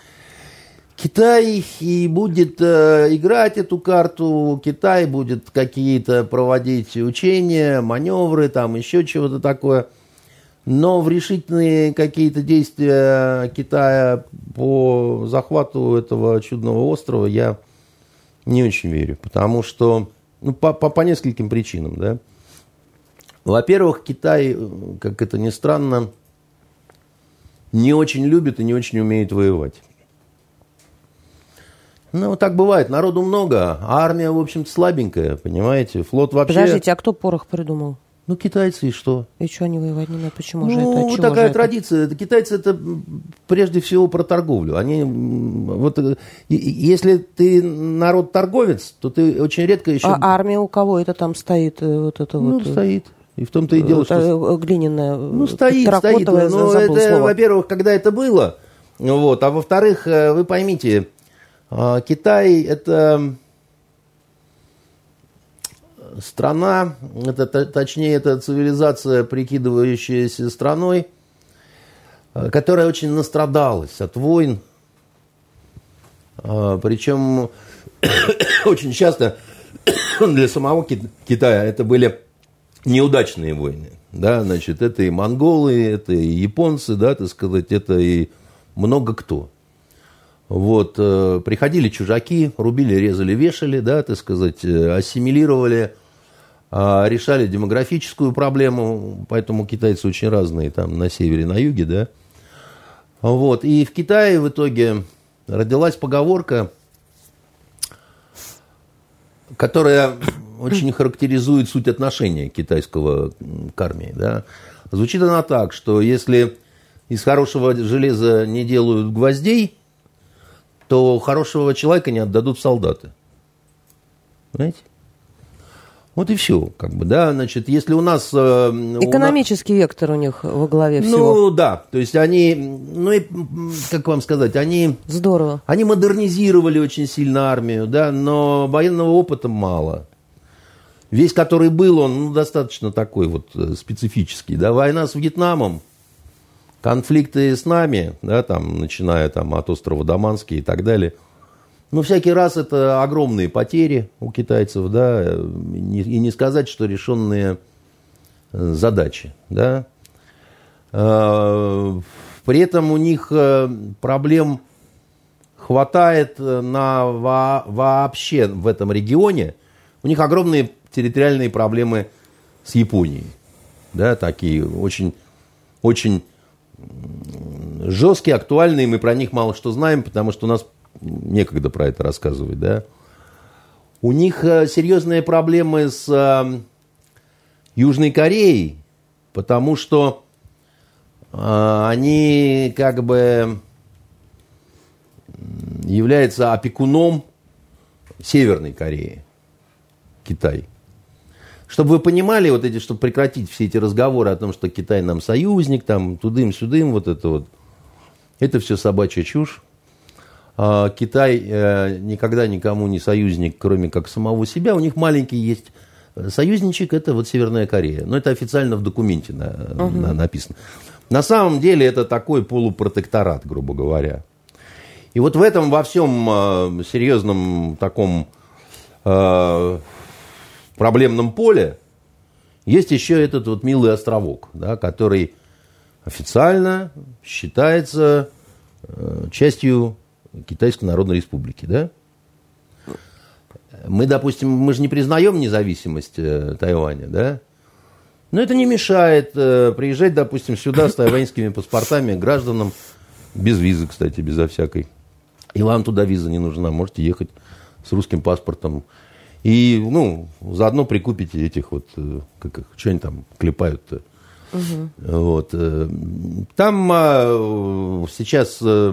Китай и будет э, играть эту карту, Китай будет какие-то проводить учения, маневры, там еще чего-то такое. Но в решительные какие-то действия Китая по захвату этого чудного острова я не очень верю, потому что, ну, по, по, по нескольким причинам, да. Во-первых, Китай, как это ни странно, не очень любит и не очень умеет воевать. Ну, так бывает, народу много, а армия, в общем-то, слабенькая, понимаете, флот вообще... Подождите, а кто порох придумал? Ну, китайцы и что? И что они воевать не надо? Почему ну, же это? Ну, такая традиция. Это? Китайцы это прежде всего про торговлю. Они, вот, если ты народ-торговец, то ты очень редко еще... А армия у кого это там стоит? Вот это ну, вот... стоит. И в том-то и дело, что... Глиняная, ну, стоит, стоит. Ну, это, во-первых, когда это было. Вот. А во-вторых, вы поймите, Китай это... Страна, это, точнее, это цивилизация, прикидывающаяся страной, которая очень настрадалась от войн. Причем очень часто для самого Китая это были неудачные войны. Да, значит, это и монголы, это и японцы, да, так сказать, это и много кто. Вот, приходили чужаки, рубили, резали, вешали, да, так сказать, ассимилировали, решали демографическую проблему, поэтому китайцы очень разные там на севере, на юге, да. Вот, и в Китае в итоге родилась поговорка которая очень характеризует суть отношения китайского к армии. Да? Звучит она так, что если из хорошего железа не делают гвоздей, то хорошего человека не отдадут в солдаты. Понимаете? Вот и все, как бы, да, значит, если у нас... Экономический у нас... вектор у них во главе всего. Ну, да, то есть они, ну, и, как вам сказать, они... Здорово. Они модернизировали очень сильно армию, да, но военного опыта мало. Весь, который был, он, ну, достаточно такой вот специфический, да, война с Вьетнамом, конфликты с нами, да, там, начиная там от острова Даманский и так далее. Ну, всякий раз это огромные потери у китайцев, да, и не сказать, что решенные задачи, да. При этом у них проблем хватает на во- вообще в этом регионе. У них огромные территориальные проблемы с Японией, да, такие очень, очень жесткие, актуальные. Мы про них мало что знаем, потому что у нас некогда про это рассказывать, да. У них серьезные проблемы с Южной Кореей, потому что они как бы являются опекуном Северной Кореи, Китай. Чтобы вы понимали, вот эти, чтобы прекратить все эти разговоры о том, что Китай нам союзник, там, тудым-сюдым, вот это вот, это все собачья чушь. Китай никогда никому не союзник, кроме как самого себя. У них маленький есть союзничек, это вот Северная Корея. Но это официально в документе на, uh-huh. на, написано. На самом деле это такой полупротекторат, грубо говоря. И вот в этом во всем серьезном таком э, проблемном поле есть еще этот вот милый островок, да, который официально считается э, частью Китайской Народной Республики, да? Мы, допустим, мы же не признаем независимость э, Тайваня, да? Но это не мешает э, приезжать, допустим, сюда с тайваньскими паспортами гражданам, без визы, кстати, безо всякой. И вам туда виза не нужна, можете ехать с русским паспортом. И, ну, заодно прикупите этих вот, э, как их, что они там клепают-то. Угу. Вот. Э, там э, сейчас... Э,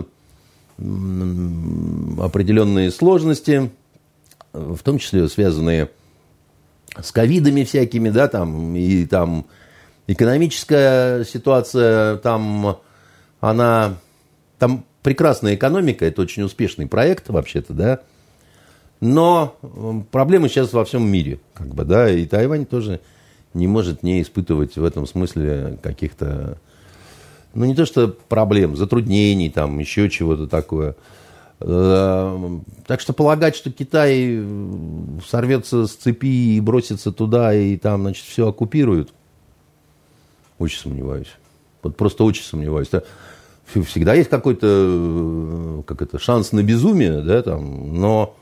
определенные сложности, в том числе связанные с ковидами всякими, да, там, и там экономическая ситуация, там, она, там прекрасная экономика, это очень успешный проект, вообще-то, да, но проблемы сейчас во всем мире, как бы, да, и Тайвань тоже не может не испытывать в этом смысле каких-то, ну, не то что проблем, затруднений, там, еще чего-то такое. Так что полагать, что Китай сорвется с цепи и бросится туда, и там, значит, все оккупируют, очень сомневаюсь. Вот просто очень сомневаюсь. Всегда есть какой-то, как это, шанс на безумие, да, там, но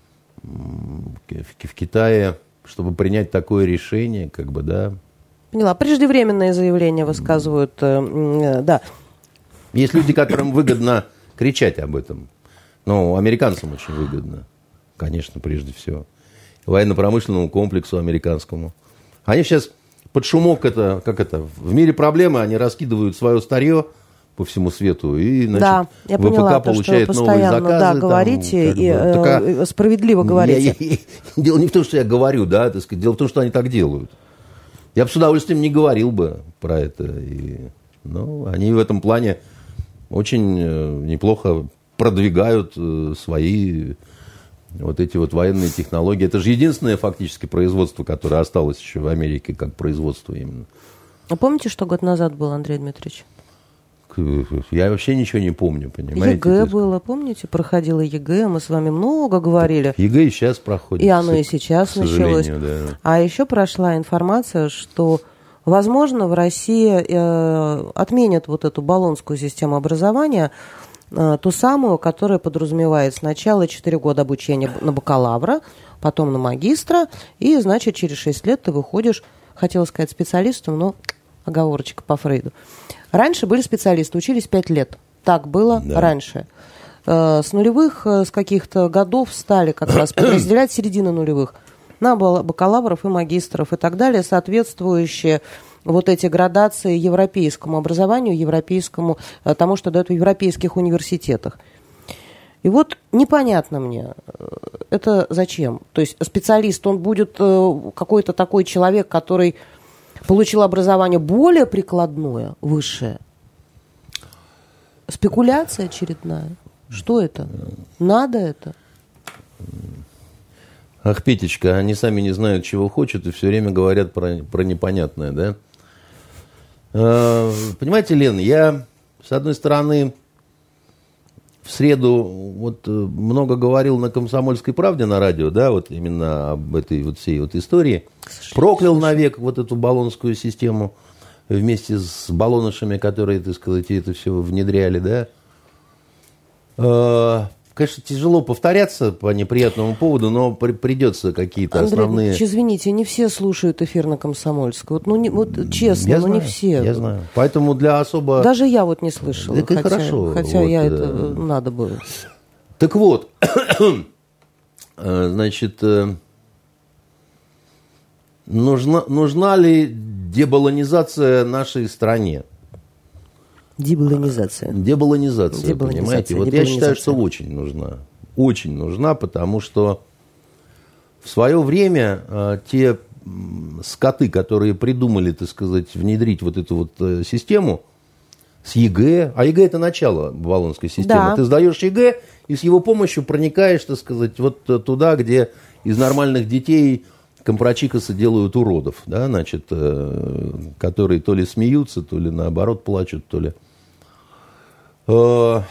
в Китае, чтобы принять такое решение, как бы, да. Поняла. Преждевременные заявления высказывают, э, да. Есть люди, которым выгодно кричать об этом. Но американцам очень выгодно, конечно, прежде всего. Военно-промышленному комплексу американскому. Они сейчас под шумок, это, как это, в мире проблемы, они раскидывают свое старье по всему свету, и, значит, да, я поняла, ВПК получает то, новые заказы. Да, говорите, там, и бы, э, а... справедливо говорите. Я, я, я, дело не в том, что я говорю, да, так сказать, дело в том, что они так делают. Я бы с удовольствием не говорил бы про это. И, ну, они в этом плане очень неплохо продвигают свои вот эти вот военные технологии. Это же единственное фактически производство, которое осталось еще в Америке, как производство именно. А помните, что год назад был, Андрей Дмитриевич? Я вообще ничего не помню, понимаете? ЕГЭ было, помните? Проходило ЕГЭ, мы с вами много говорили. ЕГЭ и сейчас проходит. И оно и сейчас началось. Да. А еще прошла информация, что, возможно, в России э, отменят вот эту болонскую систему образования, э, ту самую, которая подразумевает сначала четыре года обучения на бакалавра, потом на магистра, и, значит, через шесть лет ты выходишь, хотела сказать специалистом, но оговорочка по Фрейду. Раньше были специалисты, учились пять лет. Так было да. раньше. с нулевых, с каких-то годов стали как раз подразделять середины нулевых на бакалавров и магистров и так далее, соответствующие вот эти градации европейскому образованию, европейскому, тому, что дают в европейских университетах. И вот непонятно мне, это зачем? То есть специалист, он будет какой-то такой человек, который получил образование более прикладное, высшее? Спекуляция очередная? Что это? Надо это? Ах, Петечка, они сами не знают, чего хотят, и все время говорят про, про непонятное, да? Понимаете, Лен, я, с одной стороны, в среду вот много говорил на «Комсомольской правде» на радио, да, вот именно об этой вот всей вот истории. Проклял навек вот эту болонскую систему вместе с болонышами, которые, так сказать, это все внедряли, да. Конечно, тяжело повторяться по неприятному поводу, но при, придется какие-то Андрей основные... Андрей, извините, не все слушают эфир на «Комсомольской». Вот, ну, не, вот честно, я ну знаю, не все. Я знаю. Поэтому для особо... Даже я вот не слышала. Так и хотя, хорошо. Хотя вот, я да. это надо было. Так вот, значит, нужна, нужна ли деболонизация нашей стране? Деболонизация. Деболонизация, Деболонизация, понимаете? Вот я считаю, что очень нужна. Очень нужна, потому что в свое время э, те скоты, которые придумали, так сказать, внедрить вот эту вот э, систему с ЕГЭ, а ЕГЭ это начало болонской системы. Да. Ты сдаешь ЕГЭ и с его помощью проникаешь, так сказать, вот туда, где из нормальных детей компрочикосы делают уродов, да, значит, э, которые то ли смеются, то ли наоборот плачут, то ли... Э,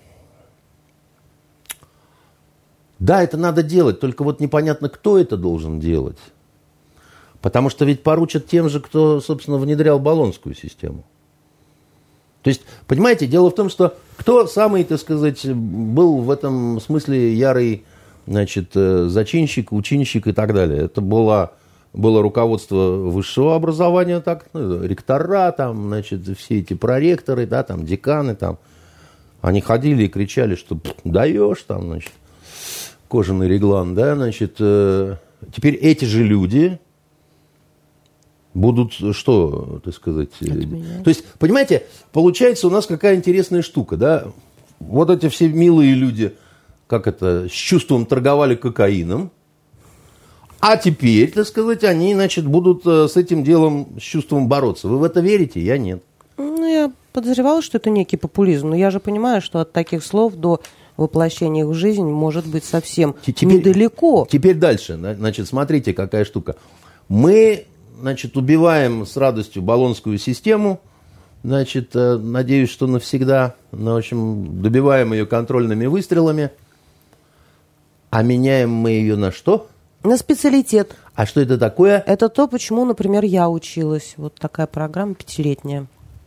да, это надо делать, только вот непонятно, кто это должен делать. Потому что ведь поручат тем же, кто, собственно, внедрял болонскую систему. То есть, понимаете, дело в том, что кто самый, так сказать, был в этом смысле ярый, значит, зачинщик, учинщик и так далее. Это было, было руководство высшего образования, так, ну, ректора, там, значит, все эти проректоры, да, там, деканы, там. Они ходили и кричали, что даешь, там, значит, кожаный реглан, да, значит. Э, теперь эти же люди будут, что, так сказать... Отменять. То есть, понимаете, получается у нас какая интересная штука, да. Вот эти все милые люди... как это, с чувством торговали кокаином, а теперь, так сказать, они, значит, будут с этим делом, с чувством бороться. Вы в это верите? Я нет. Ну, я подозревала, что это некий популизм, но я же понимаю, что от таких слов до воплощения их в жизнь может быть совсем теперь, недалеко. Теперь дальше, значит, смотрите, какая штука. Мы, значит, убиваем с радостью болонскую систему, значит, надеюсь, что навсегда, ну, в общем, добиваем ее контрольными выстрелами. А меняем мы ее на что? На специалитет. А что это такое? Это то, почему, например, я училась. Вот такая программа пятилетняя.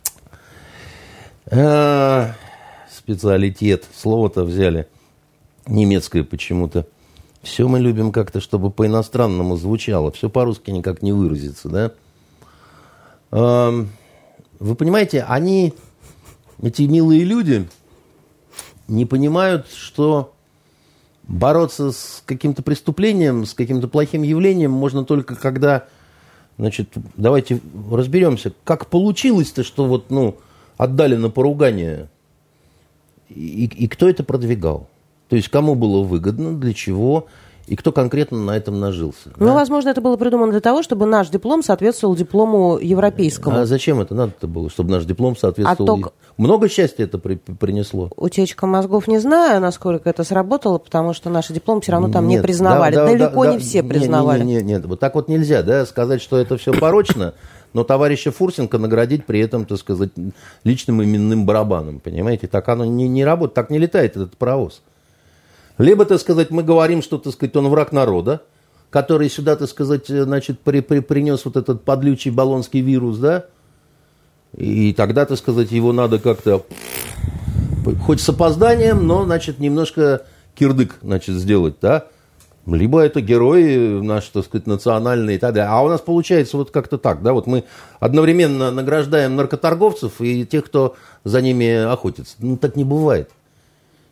А, специалитет. Слово-то взяли немецкое почему-то. Все мы любим как-то, чтобы по-иностранному звучало. Все по-русски никак не выразится, да? А, вы понимаете, они, эти милые люди, не понимают, что... бороться с каким-то преступлением, с каким-то плохим явлением можно только когда, значит, давайте разберемся, как получилось-то, что вот, ну, отдали на поругание, и, и кто это продвигал. То есть, кому было выгодно, для чего, и кто конкретно на этом нажился. Ну, да? возможно, это было придумано для того, чтобы наш диплом соответствовал диплому европейскому. А зачем это надо-то было, чтобы наш диплом соответствовал... А то... Много счастья это при, принесло. Утечка мозгов не знаю, насколько это сработало, потому что наш диплом все равно там нет, не признавали. Да, да, Далеко да, не да, все признавали. Нет, нет, нет, нет, вот так вот нельзя, да, сказать, что это все порочно, но товарища Фурсенко наградить при этом, так сказать, личным именным барабаном, понимаете? Так оно не, не работает, так не летает этот паровоз. Либо, так сказать, мы говорим, что, так сказать, он враг народа, который сюда, так сказать, значит, при, при, принес вот этот подлючий болонский вирус, да, и тогда, так сказать, его надо как-то, хоть с опозданием, но, значит, немножко кирдык, значит, сделать, да. Либо это герои наши, так сказать, национальные и так далее. А у нас получается вот как-то так, да, вот мы одновременно награждаем наркоторговцев и тех, кто за ними охотится. Ну, так не бывает.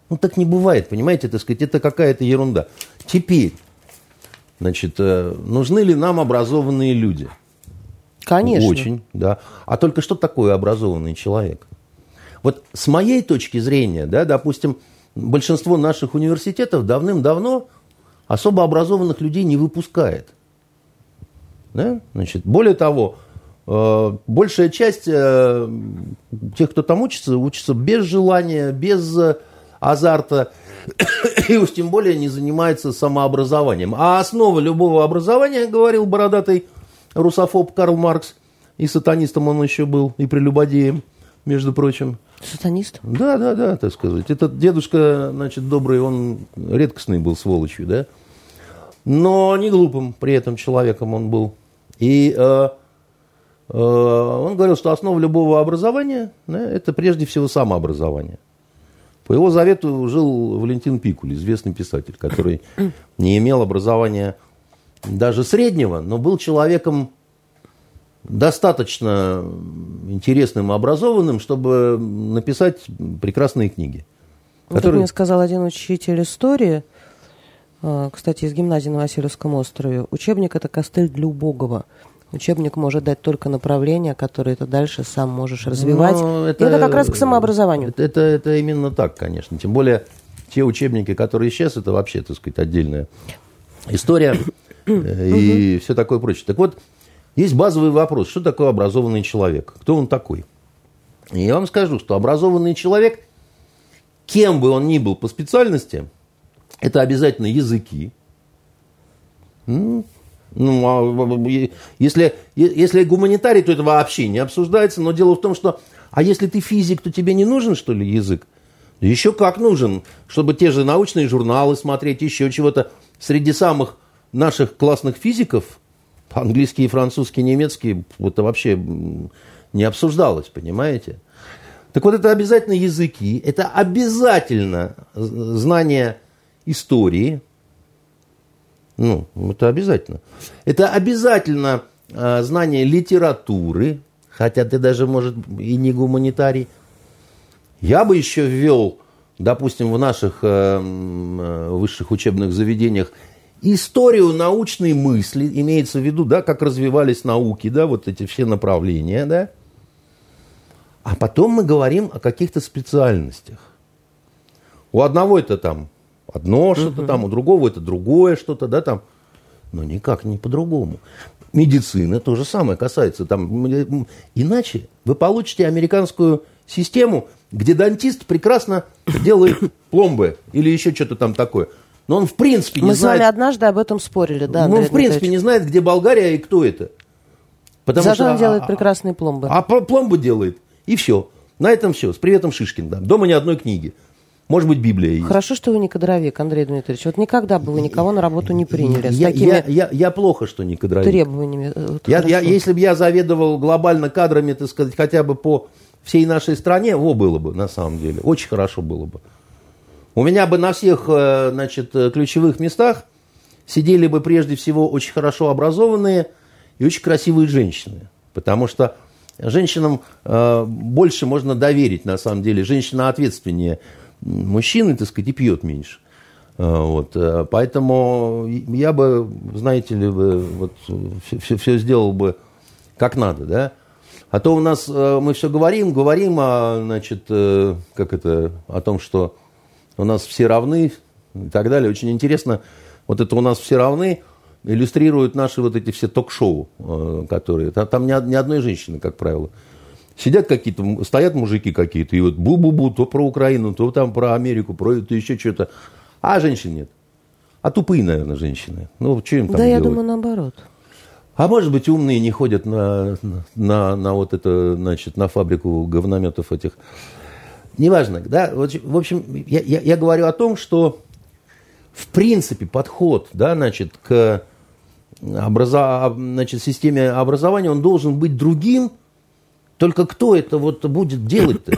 Ну, так не бывает, понимаете, так сказать, это какая-то ерунда. Теперь, значит, нужны ли нам образованные люди? Конечно. Очень, да. А только что такое образованный человек? Вот с моей точки зрения, да, допустим, большинство наших университетов давным-давно особо образованных людей не выпускает. Да? Значит, более того, э, большая часть э, тех, кто там учится, учится без желания, без э, азарта, и уж тем более не занимается самообразованием. А основа любого образования, говорил бородатый русофоб Карл Маркс, и сатанистом он еще был, и прелюбодеем, между прочим. Сатанист? Да, да, да, так сказать. Этот дедушка, значит, добрый, он редкостный был сволочью, да. Но не глупым при этом человеком он был. И э, э, он говорил, что основа любого образования, да, это прежде всего самообразование. По его завету жил Валентин Пикуль, известный писатель, который не имел образования даже среднего, но был человеком достаточно интересным и образованным, чтобы написать прекрасные книги. Вот которые... мне сказал один учитель истории, кстати, из гимназии на Васильевском острове, учебник – это костыль для убогого. Учебник может дать только направление, которое ты дальше сам можешь развивать. Это, это как раз к самообразованию. Это, это, это именно так, конечно. Тем более, те учебники, которые сейчас, это вообще, так сказать, отдельная история и все такое прочее. Так вот, есть базовый вопрос, что такое образованный человек? Кто он такой? И я вам скажу, что образованный человек, кем бы он ни был по специальности, это обязательно языки. Ну, если, если гуманитарий, то это вообще не обсуждается. Но дело в том, что, а если ты физик, то тебе не нужен, что ли, язык? Еще как нужен, чтобы те же научные журналы смотреть, еще чего-то. Среди самых наших классных физиков, английский, французский, немецкий, это вообще не обсуждалось, понимаете? Так вот, это обязательно языки, это обязательно знание истории. Ну, это обязательно. Это обязательно э, знание литературы, хотя ты даже, может, и не гуманитарий. Я бы еще ввел, допустим, в наших э, высших учебных заведениях историю научной мысли, имеется в виду, да, как развивались науки, да, вот эти все направления, да. А потом мы говорим о каких-то специальностях. У одного это там одно что-то, uh-huh. там, у другого это другое что-то, да, там. Но никак не по-другому. Медицина то же самое касается. Там, иначе вы получите американскую систему, где дантист прекрасно делает пломбы или еще что-то там такое. Но он в принципе не Мы знает... Мы с вами однажды об этом спорили, да, Он в принципе не знает, где Болгария и кто это. Потому Зато что он делает а, прекрасные пломбы. А, а пломбы делает. И все. На этом все. С приветом, Шишкин. Да. Дома ни одной книги. Может быть, Библия есть. Хорошо, что вы не кадровик, Андрей Дмитриевич. Вот никогда бы вы никого на работу не приняли. С я, такими я, я, я плохо, что не кадровик. Требованиями. Вот я, я, если бы я заведовал глобально кадрами, так сказать, хотя бы по всей нашей стране, во, было бы, на самом деле. Очень хорошо было бы. У меня бы на всех, значит, ключевых местах сидели бы прежде всего очень хорошо образованные и очень красивые женщины. Потому что женщинам э, больше можно доверить, на самом деле. Женщина ответственнее мужчины, так сказать, и пьет меньше. Вот. Поэтому я бы, знаете ли, вот, все, все сделал бы как надо, да. А то у нас мы все говорим, говорим о, значит, как это, о том, что у нас все равны и так далее. Очень интересно, вот это у нас все равны иллюстрируют наши вот эти все ток-шоу, которые... Там ни, ни одной женщины, как правило. Сидят какие-то, стоят мужики какие-то, и вот бу-бу-бу, то про Украину, то там про Америку, про то еще что-то. А женщин нет. А тупые, наверное, женщины. Ну, что им там Да, делать? я думаю, наоборот. А может быть, умные не ходят на, на, на вот это, значит, на фабрику говнометов этих. Неважно, да. Вот, в общем, я, я, я говорю о том, что в принципе подход, да, значит, к образа, значит, системе образования, он должен быть другим. Только кто это вот будет делать-то?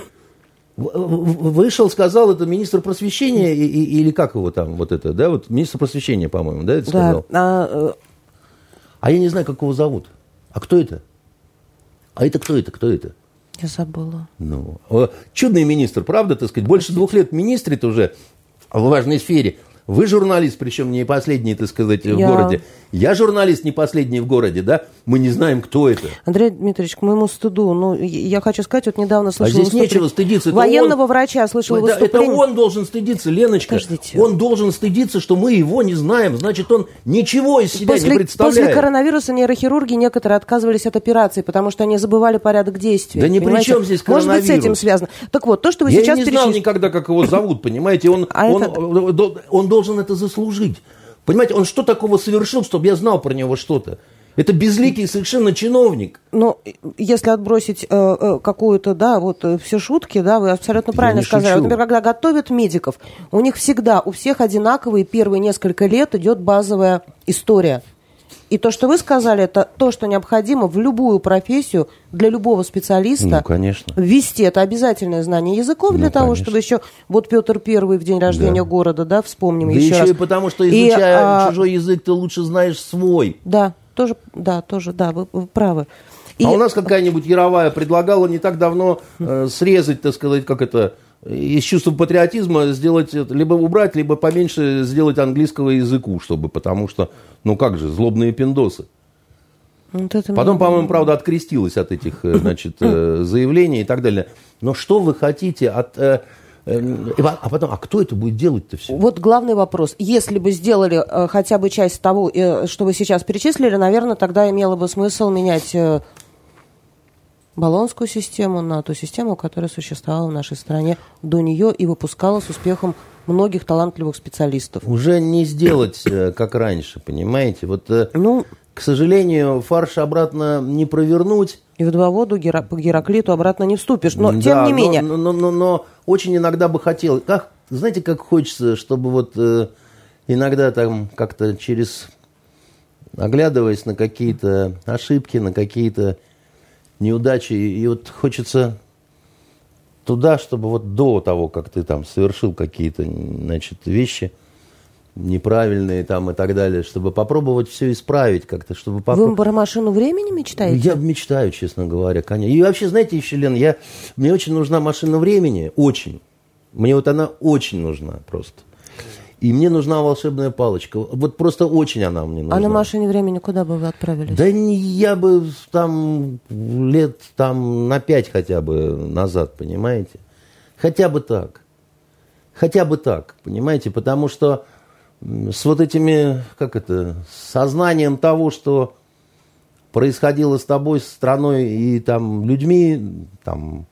Вышел, сказал, это министр просвещения, и, и, или как его там, вот это, да, вот министр просвещения, по-моему, да, это сказал? Да, а, а я не знаю, как его зовут. А кто это? А это кто это, кто это? Я забыла. Ну, чудный министр, правда, так сказать, больше двух лет министрит уже в важной сфере. Вы журналист, причем не последний, так сказать, в Я... городе. Я журналист не последний в городе, да? Мы не знаем, кто это. Андрей Дмитриевич, к моему стыду, ну, я хочу сказать, вот недавно слышала... А здесь нечего стыдиться. Военного он... врача слышала это, выступление... Это он должен стыдиться, Леночка. Подождите. Он должен стыдиться, что мы его не знаем. Значит, он ничего из себя после, не представляет. После коронавируса нейрохирурги некоторые отказывались от операции, потому что они забывали порядок действий. Да ни при чем здесь коронавирус. Может быть, с этим связано. Так вот, то, что вы я сейчас не перечислили... знал никогда, как его зовут, понимаете. Он, а он, это... он, он должен это заслужить. Понимаете, он что такого совершил, чтобы я знал про него что-то? Это безликий совершенно чиновник. Ну, если отбросить э, э, какую-то, да, вот э, все шутки, да, вы абсолютно правильно сказали. Вот, например, когда готовят медиков, у них всегда, у всех одинаковые первые несколько лет идет базовая история. И то, что вы сказали, это то, что необходимо в любую профессию для любого специалиста. Ну, конечно. Ввести. Это обязательное знание языков для ну, того, конечно. Чтобы еще... Вот Петр Первый в день рождения да. города, да, вспомним да еще, еще раз. и потому, что, изучая и, а... чужой язык, ты лучше знаешь свой. Да, тоже, да, тоже, да, вы, вы правы. И... А у нас какая-нибудь Яровая предлагала не так давно э, срезать, так сказать, как это... из чувства патриотизма сделать, либо убрать, либо поменьше сделать английского языку, чтобы, потому что, ну как же, злобные пиндосы. Вот это Потом, мне... по-моему, правда, открестилась от этих, значит, заявлений и так далее. Но что вы хотите от... А потом, а кто это будет делать-то все? Вот главный вопрос. Если бы сделали э, хотя бы часть того, э, что вы сейчас перечислили, наверное, тогда имело бы смысл менять... Э, Болонскую систему на ту систему, которая существовала в нашей стране до нее и выпускала с успехом многих талантливых специалистов. Уже не сделать, как раньше, понимаете? Вот, ну, к сожалению, фарш обратно не провернуть. И в два воду Гера- по Гераклиту обратно не вступишь. Но, да, тем не но, менее... Но, но, но, но очень иногда бы хотелось... Как, знаете, как хочется, чтобы вот э, иногда там как-то через... Оглядываясь на какие-то ошибки, на какие-то неудачи, и вот хочется туда, чтобы вот до того, как ты там совершил какие-то, значит, вещи неправильные там и так далее, чтобы попробовать все исправить как-то, чтобы... Попро... Вы про машину времени мечтаете? Я мечтаю, честно говоря, конечно. И вообще, знаете, еще, Лен, я... мне очень нужна машина времени, очень. Мне вот она очень нужна просто. И мне нужна волшебная палочка. Вот просто очень она мне нужна. А на машине времени куда бы вы отправились? Да не, я бы там лет там на пять хотя бы назад, понимаете? Хотя бы так. Хотя бы так, понимаете? Потому что с вот этими, как это, сознанием того, что происходило с тобой, с страной и там людьми, там...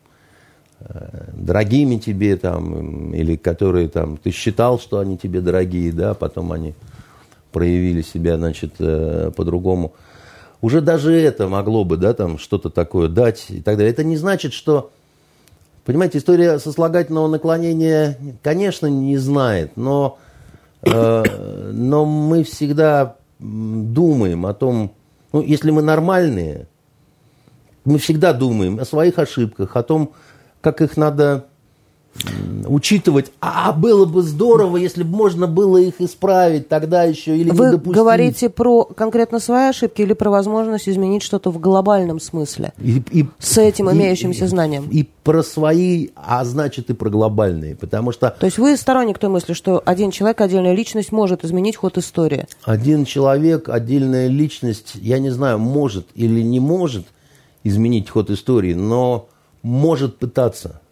дорогими тебе там, или которые там, ты считал, что они тебе дорогие, да, потом они проявили себя, значит, э, по-другому. Уже даже это могло бы, да, там что-то такое дать и так далее. Это не значит, что, понимаете, история сослагательного наклонения, конечно, не знает, но, э, но мы всегда думаем о том, ну, если мы нормальные, мы всегда думаем о своих ошибках, о том, как их надо учитывать. А было бы здорово, если бы можно было их исправить тогда еще или Вы не допустить. Вы говорите про конкретно свои ошибки или про возможность изменить что-то в глобальном смысле и, и, с этим и, имеющимся и, знанием? И про свои, а значит и про глобальные. Потому что... То есть вы сторонник той мысли, что один человек, отдельная личность может изменить ход истории? Один человек, отдельная личность, я не знаю, может или не может изменить ход истории, но может пытаться.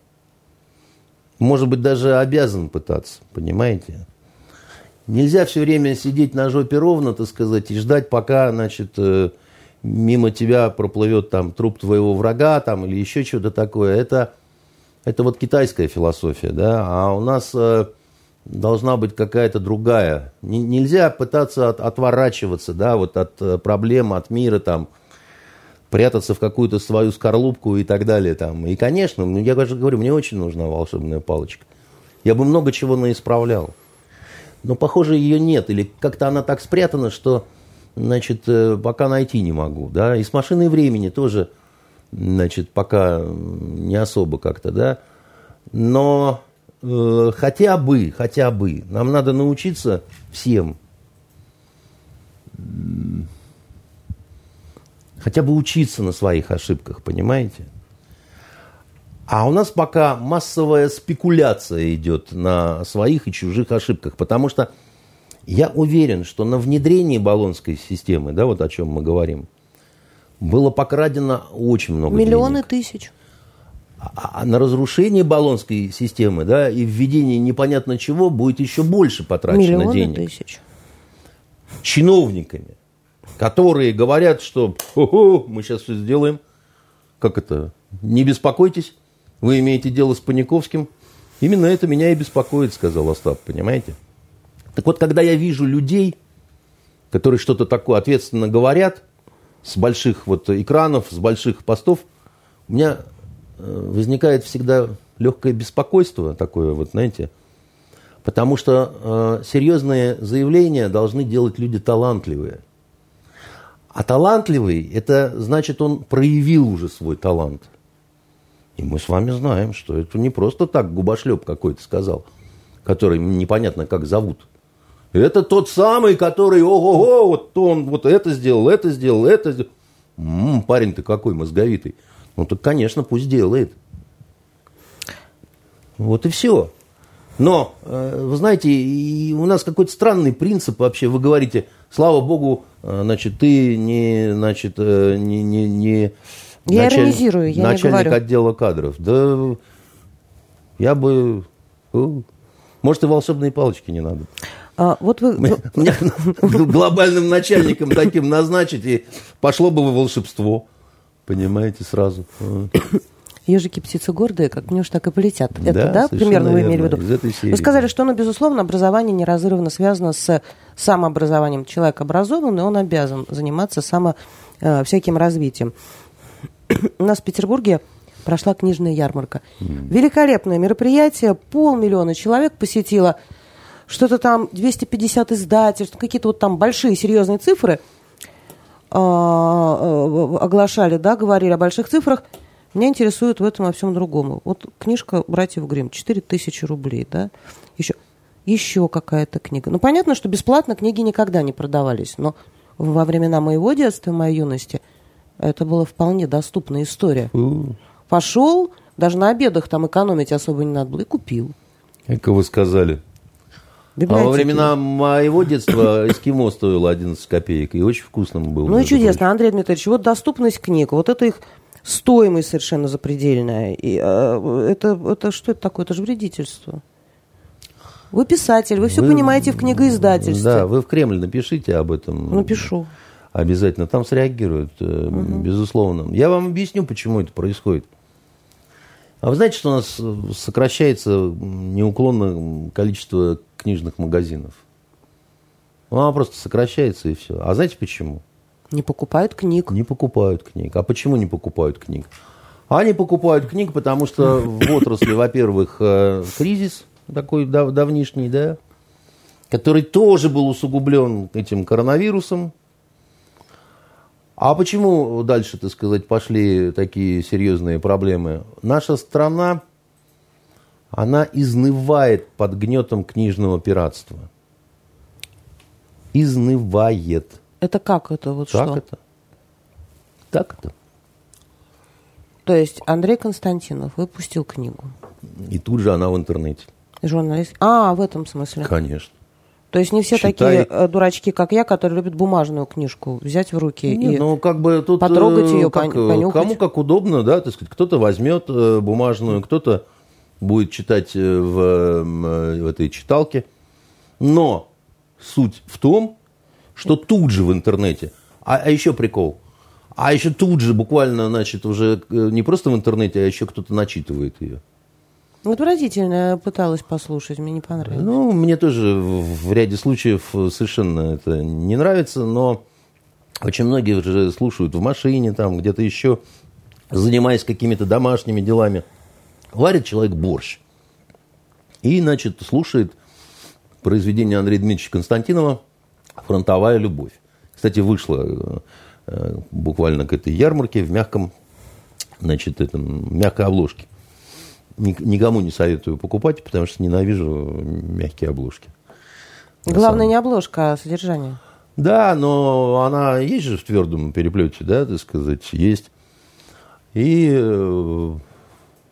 Может быть, даже обязан пытаться, понимаете? Нельзя все время сидеть на жопе ровно, так сказать, и ждать, пока, значит, мимо тебя проплывет там труп твоего врага там, или еще что-то такое. Это, это вот китайская философия, да, а у нас должна быть какая-то другая. Н- нельзя пытаться от, отворачиваться, да, вот от проблем, от мира там, прятаться в какую-то свою скорлупку и так далее. Там. И, конечно, я даже говорю, мне очень нужна волшебная палочка. Я бы много чего наисправлял. Но, похоже, ее нет. Или как-то она так спрятана, что, значит, пока найти не могу. Да? И с машиной времени тоже, значит, пока не особо как-то, да. Но э, хотя бы, хотя бы, нам надо научиться всем хотя бы учиться на своих ошибках, понимаете? А у нас пока массовая спекуляция идет на своих и чужих ошибках, потому что я уверен, что на внедрении Болонской системы, да, вот о чем мы говорим, было покрадено очень много Миллионы денег. тысяч. А на разрушение Болонской системы, да, и введение непонятно чего будет еще больше потрачено Миллионы денег. тысяч. Чиновниками, которые говорят, что «Хо-хо, мы сейчас все сделаем». Как это? Не беспокойтесь, вы имеете дело с Паниковским. Именно это меня и беспокоит, сказал Остап, понимаете? Так вот, когда я вижу людей, которые что-то такое ответственно говорят, с больших вот экранов, с больших постов, у меня возникает всегда легкое беспокойство такое, вот, знаете, потому что э, серьезные заявления должны делать люди талантливые. А талантливый, это значит, он проявил уже свой талант. И мы с вами знаем, что это не просто так губошлеп какой-то сказал, который непонятно как зовут. Это тот самый, который, ого-го, вот он вот это сделал, это сделал, это сделал. М-м, парень-то какой мозговитый. Ну, так, конечно, пусть делает. Вот и все. Но, вы знаете, и у нас какой-то странный принцип вообще. Вы говорите, слава богу, значит, ты не, значит, не, не, не я началь... иронизирую, я начальник не говорю. отдела кадров. Да я бы... Может, и волшебные палочки не надо. А, вот вы... Меня глобальным начальником таким назначить, и пошло бы волшебство. Понимаете, сразу. Ежики, птицы гордые, как мне уж так и полетят. Это, да, да примерно вы имели в виду? Из этой серии. Вы сказали, что, ну, безусловно, образование неразрывно связано с самообразованием. Человек образован, и он обязан заниматься само, э, всяким развитием. У нас в Петербурге прошла книжная ярмарка. Mm. Великолепное мероприятие, полмиллиона человек посетило. Что-то там двести пятьдесят издательств, какие-то вот там большие серьезные цифры оглашали, да, говорили о больших цифрах. Меня интересует в этом во всем другому. Вот книжка «Братьев Гримм», четыре тысячи рублей, да, еще, еще какая-то книга. Ну, понятно, что бесплатно книги никогда не продавались, но во времена моего детства и моей юности это была вполне доступная история. Mm. Пошел, даже на обедах там экономить особо не надо было, и купил. Как вы сказали. А во времена моего детства эскимо стоило одиннадцать копеек, и очень вкусным было. Ну и чудесно, прочим. Андрей Дмитриевич, вот доступность книг, вот это их стоимость совершенно запредельная. И, а, это, это что это такое? Это же вредительство. Вы писатель, вы все вы, понимаете в книгоиздательстве. Да, вы в Кремль напишите об этом. Напишу. Обязательно, там среагируют, угу. безусловно. Я вам объясню, почему это происходит. А вы знаете, что у нас сокращается неуклонно количество книжных магазинов? Ну, она просто сокращается, и все. А знаете почему? Не покупают книг. Не покупают книг. А почему не покупают книг? Они покупают книг, потому что в отрасли, во-первых, кризис такой дав- давнишний, да, который тоже был усугублен этим коронавирусом. А почему дальше, так сказать, пошли такие серьезные проблемы? Наша страна, она изнывает под гнетом книжного пиратства. Изнывает. Это как это? Вот так что? это. Так это. То есть Андрей Константинов выпустил книгу. И тут же она в интернете. Журналист. А, в этом смысле. Конечно. То есть не все Читай. такие э, дурачки, как я, которые любят бумажную книжку взять в руки Нет, и ну, как бы тут, потрогать ее, как, понюхать. Кому как удобно, да, так сказать, кто-то возьмет э, бумажную, кто-то будет читать в, в этой читалке. Но суть в том, что тут же в интернете, а, а еще прикол, а еще тут же буквально, значит, уже не просто в интернете, а еще кто-то начитывает ее. Отвратительно, я пыталась послушать, мне не понравилось. Ну, мне тоже в ряде случаев совершенно это не нравится, но очень многие уже слушают в машине, там, где-то еще, занимаясь какими-то домашними делами. Варит человек борщ и, значит, слушает произведение Андрея Дмитриевича Константинова «Фронтовая любовь». Кстати, вышла э, буквально к этой ярмарке в мягком, значит, этом, мягкой обложке. Никому не советую покупать, потому что ненавижу мягкие обложки. Главное не обложка, а содержание. Да, но она есть же в твердом переплете, да, так сказать, есть. И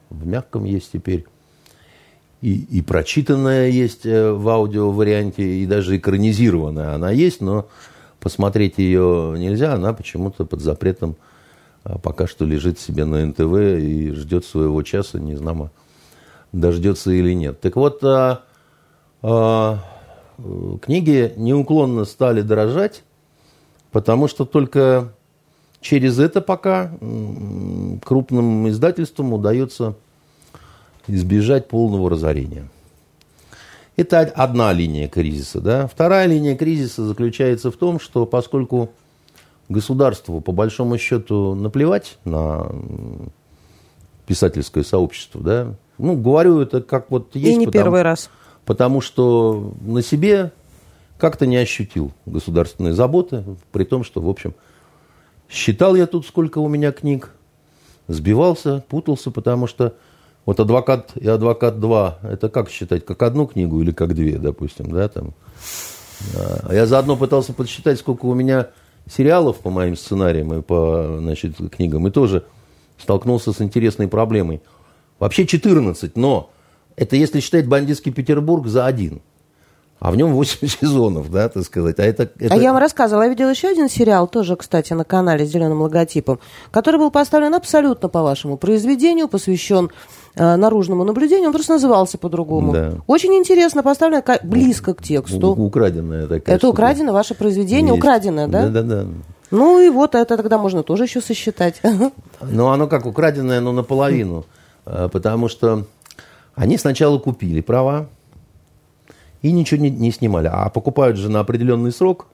в мягком есть теперь. И, и прочитанная есть в аудиоварианте, и даже экранизированная она есть, но посмотреть ее нельзя, она почему-то под запретом пока что лежит себе на эн тэ вэ и ждет своего часа, не знаю, дождется или нет. Так вот, а, а, книги неуклонно стали дорожать, потому что только через это пока крупным издательствам удается избежать полного разорения. Это одна линия кризиса. Да? Вторая линия кризиса заключается в том, что поскольку государству по большому счету наплевать на писательское сообщество, да, ну, говорю это как вот есть. И не потому, первый раз. Потому что на себе как-то не ощутил государственные заботы, при том, что, в общем, считал я тут, сколько у меня книг, сбивался, путался, потому что вот «Адвокат» и «Адвокат два» это как считать, как одну книгу или как две, допустим, да, там. Я заодно пытался подсчитать, сколько у меня сериалов по моим сценариям и по, значит, книгам, и тоже столкнулся с интересной проблемой. Вообще четырнадцать, но это если считать «Бандитский Петербург» за один. А в нем восемь сезонов, да, так сказать. А, это, это... а я вам рассказывала, я видела еще один сериал, тоже, кстати, на канале с зеленым логотипом, который был поставлен абсолютно по вашему произведению, посвящен э, наружному наблюдению, он просто назывался по-другому. Да. Очень интересно поставлен, близко к тексту. У- украденное такая Это штука. Украденное ваше произведение, Есть. Украденное, да? Да-да-да. Ну и вот это тогда можно тоже еще сосчитать. Ну, оно как украденное, но наполовину. Потому что они сначала купили права и ничего не, не снимали. А покупают же на определенный срок.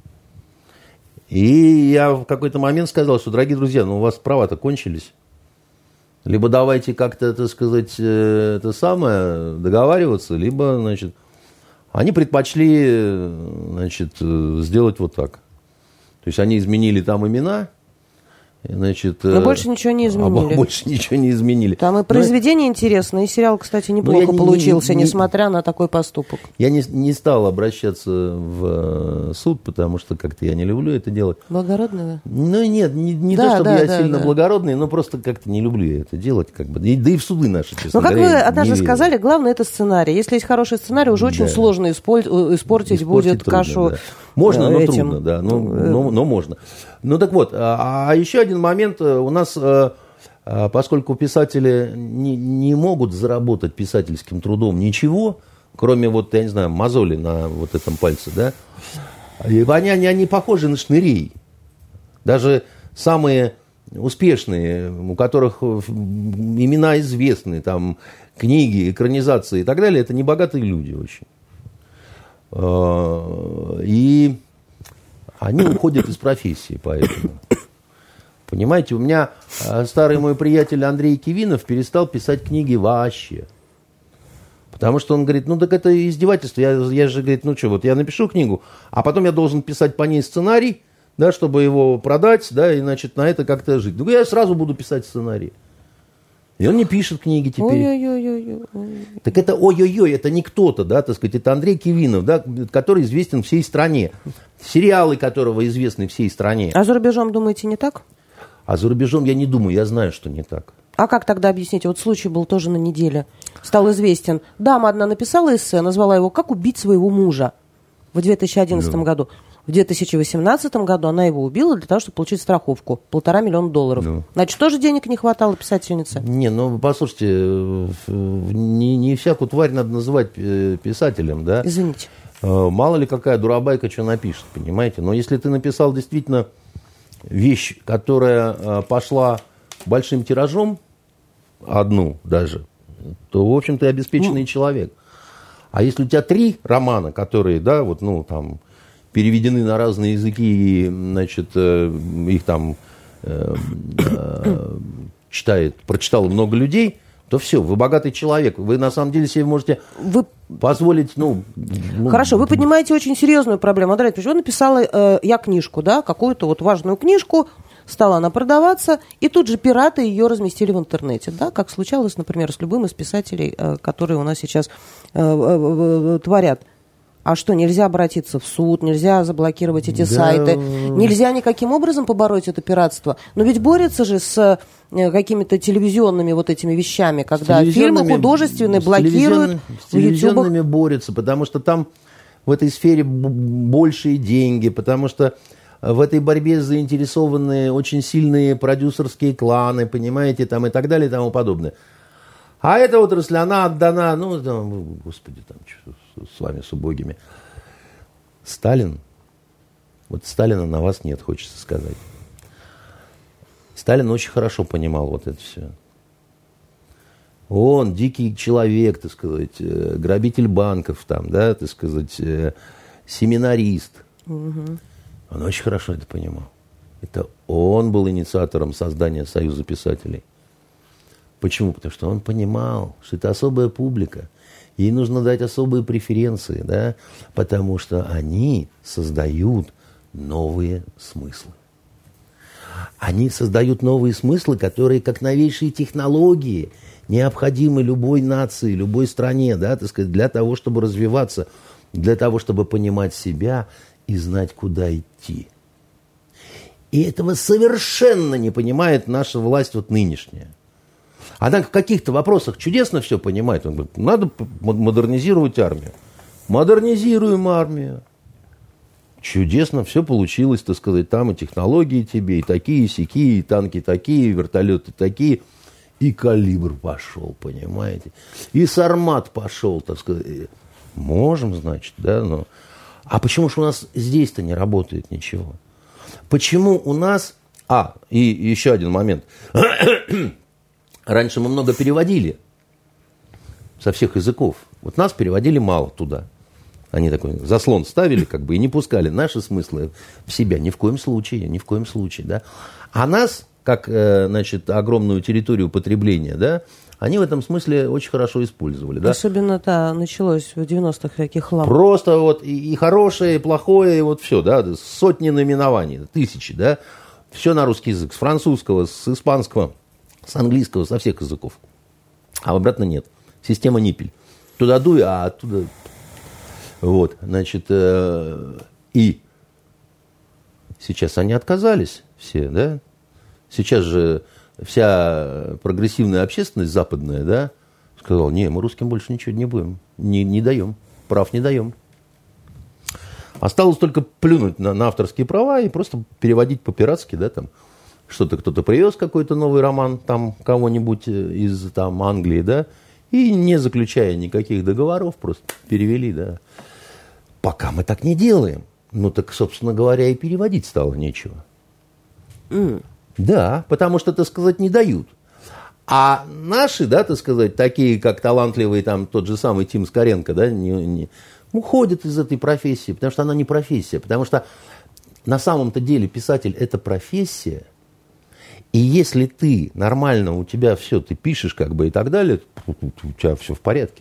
И я в какой-то момент сказал, что, дорогие друзья, ну у вас права-то кончились. Либо давайте как-то, так сказать, это самое, договариваться, либо, значит, они предпочли, значит, сделать вот так. То есть они изменили там имена, значит... Но больше ничего не изменили. А больше ничего не изменили. Там и произведение Но... интересное, и сериал, кстати, неплохо не, получился, не, не, несмотря на такой поступок. Я не, не стал обращаться в суд, потому что как-то я не люблю это делать. Благородного? Ну нет, не, не да, то, чтобы да, я да, сильно да. благородный, но просто как-то не люблю я это делать. Как бы. Да и в суды наши, честно говоря. Ну, как говоря, вы однажды верю. сказали, главное это сценарий. Если есть хороший сценарий, уже очень да. сложно испортить, испортить будет трудно, кашу. Да. Можно, но этим. трудно, да, но, но, но можно. Ну так вот, а, а еще один момент. У нас, поскольку писатели не, не могут заработать писательским трудом ничего, кроме вот, я не знаю, мозоли на вот этом пальце, да, и они, они, они похожи на шнырей. Даже самые успешные, у которых имена известны, там, книги, экранизации и так далее, это небогатые люди очень. И они уходят из профессии поэтому. Понимаете, у меня старый мой приятель Андрей Кивинов перестал писать книги вообще. Потому что он говорит, ну так это издевательство. Я, я же, говорит, ну что, вот я напишу книгу, а потом я должен писать по ней сценарий, да, чтобы его продать, да, и, значит, на это как-то жить. Ну я сразу буду писать сценарий. И он не пишет книги теперь. Ой-ой-ой. Так это ой-ой-ой, это не кто-то, да, так сказать, это Андрей Кивинов, да, который известен всей стране. Сериалы которого известны всей стране. А за рубежом, думаете, не так? А за рубежом я не думаю, я знаю, что не так. А как тогда объяснить? Вот случай был тоже на неделе. Стал известен. Дама одна написала эссе, назвала его «Как убить своего мужа» в две тысячи одиннадцатом да. году. В две тысячи восемнадцатом году она его убила для того, чтобы получить страховку. Полтора миллиона долларов. Ну. Значит, тоже денег не хватало писательнице? Не, ну, послушайте, не, не всякую тварь надо называть писателем, да? Извините. Мало ли какая дурабайка что напишет, понимаете? Но если ты написал действительно вещь, которая пошла большим тиражом, одну даже, то, в общем, ты обеспеченный ну. человек. А если у тебя три романа, которые, да, вот, ну, там... переведены на разные языки, и, значит, их там э, э, читает, прочитало много людей, то все, вы богатый человек. Вы на самом деле себе можете вы... позволить, ну, ну... Хорошо, вы поднимаете очень серьезную проблему. Андрей Ильич, вы написала э, я книжку, да, какую-то вот важную книжку, стала она продаваться, и тут же пираты ее разместили в интернете, да, как случалось, например, с любым из писателей, э, которые у нас сейчас э, э, э, творят. А что, нельзя обратиться в суд, нельзя заблокировать эти да. сайты, нельзя никаким образом побороть это пиратство? Но ведь борется же с какими-то телевизионными вот этими вещами, когда фильмы художественные блокируют. С телевизионными борются, потому что там в этой сфере большие деньги, потому что в этой борьбе заинтересованы очень сильные продюсерские кланы, понимаете, там и так далее и тому подобное. А эта отрасль, она отдана, ну, там, господи, там, что с вами, с убогими. Сталин, вот Сталина на вас нет, хочется сказать. Сталин очень хорошо понимал вот это все. Он дикий человек, так сказать, грабитель банков, там, да, так сказать, семинарист. Угу. Он очень хорошо это понимал. Это он был инициатором создания Союза писателей. Почему? Потому что он понимал, что это особая публика. Ей нужно дать особые преференции, да, потому что они создают новые смыслы. Они создают новые смыслы, которые, как новейшие технологии, необходимы любой нации, любой стране, да, так сказать, для того, чтобы развиваться, для того, чтобы понимать себя и знать, куда идти. И этого совершенно не понимает наша власть вот нынешняя. Она в каких-то вопросах чудесно все понимает. Он говорит, надо модернизировать армию. Модернизируем армию. Чудесно все получилось, так сказать, там и технологии тебе, и такие, и сякие, и танки такие, и вертолеты такие. И калибр пошел, понимаете. И сармат пошел, так сказать. Можем, значит, да, но... А почему же у нас здесь-то не работает ничего? Почему у нас... А, и еще один момент. Раньше мы много переводили со всех языков. Вот нас переводили мало туда. Они такой заслон ставили, как бы, и не пускали наши смыслы в себя. Ни в коем случае, ни в коем случае, да. А нас, как, значит, огромную территорию потребления, да, они в этом смысле очень хорошо использовали, да. Особенно, да, началось в девяностых таких ламп. Просто вот и, и хорошее, и плохое, и вот все, да, сотни наименований, тысячи, да. Все на русский язык, с французского, с испанского, с английского, со всех языков. А обратно нет. Система ниппель. Туда дуй, а оттуда... Вот, значит, э, и сейчас они отказались все, да. Сейчас же вся прогрессивная общественность западная, да, сказала, не, мы русским больше ничего не будем, не, не даем, прав не даем. Осталось только плюнуть на, на авторские права и просто переводить по-пиратски, да, там, что-то кто-то привез какой-то новый роман, там, кого-нибудь из, там, Англии, да, и не заключая никаких договоров, просто перевели, да. Пока мы так не делаем, ну, так, собственно говоря, и переводить стало нечего. Mm. Да, потому что, так сказать, не дают. А наши, да, так сказать, такие, как талантливый там тот же самый Тим Скоренко, да, не, не, уходят из этой профессии, потому что она не профессия. Потому что на самом-то деле писатель – это профессия. И если ты нормально, у тебя все, ты пишешь как бы и так далее, у тебя все в порядке.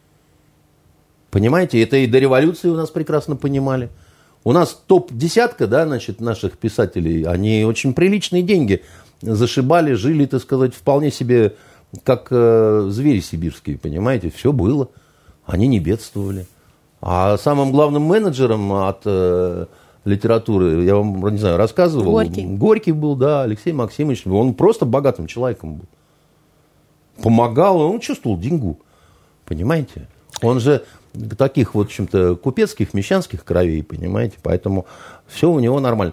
Понимаете, это и до революции у нас прекрасно понимали. У нас топ-десятка, да, значит, наших писателей, они очень приличные деньги зашибали, жили, так сказать, вполне себе как э, звери сибирские, понимаете, все было. Они не бедствовали. А самым главным менеджером от э, литературы, я вам, не знаю, рассказывал. Горький. Горький был, да, Алексей Максимович. Он просто богатым человеком был. Помогал, он чувствовал деньгу. Понимаете? Он же таких вот, в общем-то, купецких, мещанских кровей, понимаете? Поэтому все у него нормально.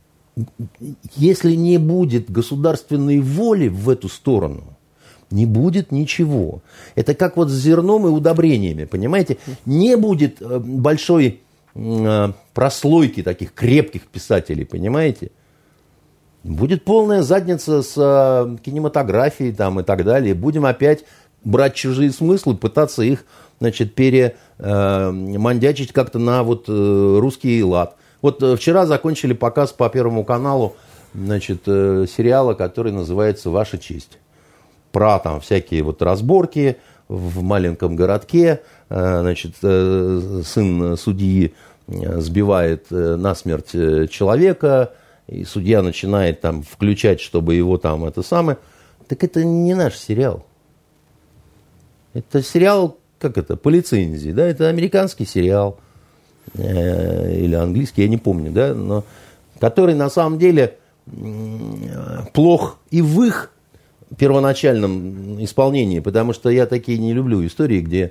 Если не будет государственной воли в эту сторону, не будет ничего. Это как вот с зерном и удобрениями, понимаете? Не будет большой прослойки таких крепких писателей, понимаете? Будет полная задница с кинематографией там и так далее. Будем опять брать чужие смыслы, пытаться их, значит, перемандячить как-то на вот русский лад. Вот вчера закончили показ по Первому каналу, значит, сериала, который называется «Ваша честь». Про там всякие вот разборки в маленьком городке. Значит, сын судьи сбивает насмерть человека, и судья начинает там включать, чтобы его там это самое. Так это не наш сериал. Это сериал, как это, по лицензии, да, это американский сериал. э, или английский, я не помню, да, но который на самом деле плох и в их первоначальном исполнении, потому что я такие не люблю истории, где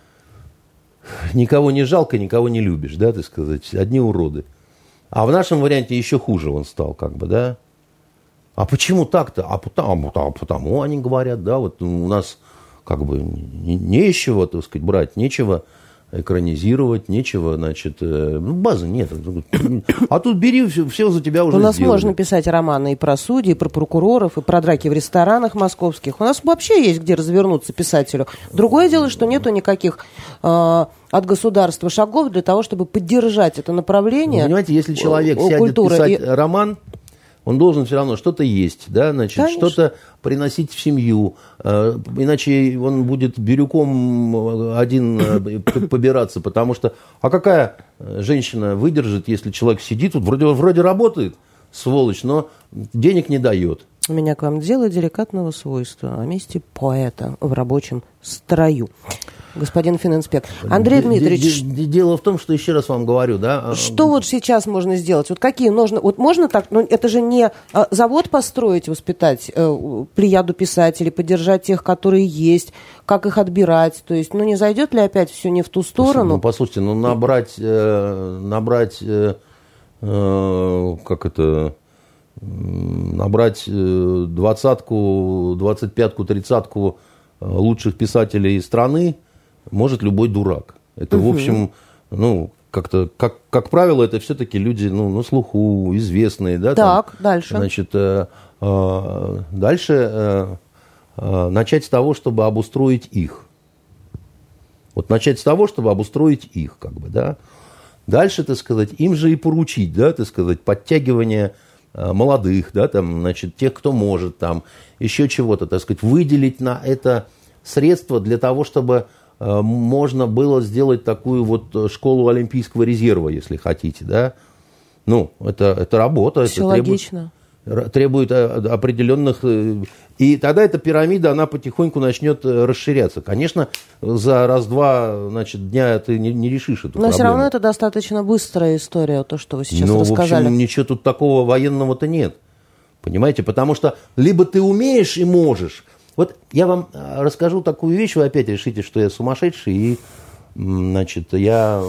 никого не жалко, никого не любишь, да, так сказать, одни уроды. А в нашем варианте еще хуже он стал, как бы, да. А почему так-то? А потому, а потому они говорят, да, вот у нас как бы не, нечего, так сказать, брать, нечего экранизировать, нечего, значит, ну, базы нет. А тут бери, все, все за тебя уже У нас сделали. можно писать романы и про судей, и про прокуроров, и про драки в ресторанах московских. У нас вообще есть где развернуться писателю. Другое дело, что нету никаких э, от государства шагов для того, чтобы поддержать это направление. Вы понимаете, если человек сядет культуры писать и... роман, он должен все равно что-то есть, да, значит, Конечно. что-то приносить в семью, э, иначе он будет бирюком один э, побираться, потому что, а какая женщина выдержит, если человек сидит, тут вроде, вроде работает, сволочь, но денег не дает. У меня к вам дело деликатного свойства о месте поэта в рабочем строю. Господин фининспектор. Андрей Дмитриевич. Дело в том, что, еще раз вам говорю, да. Что вот сейчас можно сделать? Вот какие нужно... Вот можно так... Ну, это же не а, завод построить, воспитать э, плеяду писателей, поддержать тех, которые есть, как их отбирать. То есть, ну, не зайдет ли опять все не в ту сторону? Ну, послушайте, ну, набрать... Э, набрать... Э, э, как это... Набрать двадцатку, двадцать пятку, тридцатку лучших писателей страны может любой дурак. Это, угу. в общем, ну, как-то, как, как правило, это все-таки люди, ну, на слуху, известные, да. Так, там, дальше. Значит, э, э, дальше э, э, начать с того, чтобы обустроить их. Вот начать с того, чтобы обустроить их, как бы, да. Дальше, так сказать, им же и поручить, да, так сказать, подтягивание э, молодых, да, там, значит, тех, кто может, там, еще чего-то, так сказать, выделить на это средства для того, чтобы можно было сделать такую вот школу Олимпийского резерва, если хотите, да. Ну, это, это работа. Все это логично. Требует, требует определенных... И тогда эта пирамида, она потихоньку начнет расширяться. Конечно, за раз-два, значит, дня ты не, не решишь эту Но проблему. все равно это достаточно быстрая история, то, что вы сейчас ну, рассказали. Ну, в общем, ничего тут такого военного-то нет. Понимаете? Потому что либо ты умеешь и можешь... Вот я вам расскажу такую вещь, вы опять решите, что я сумасшедший, и, значит, я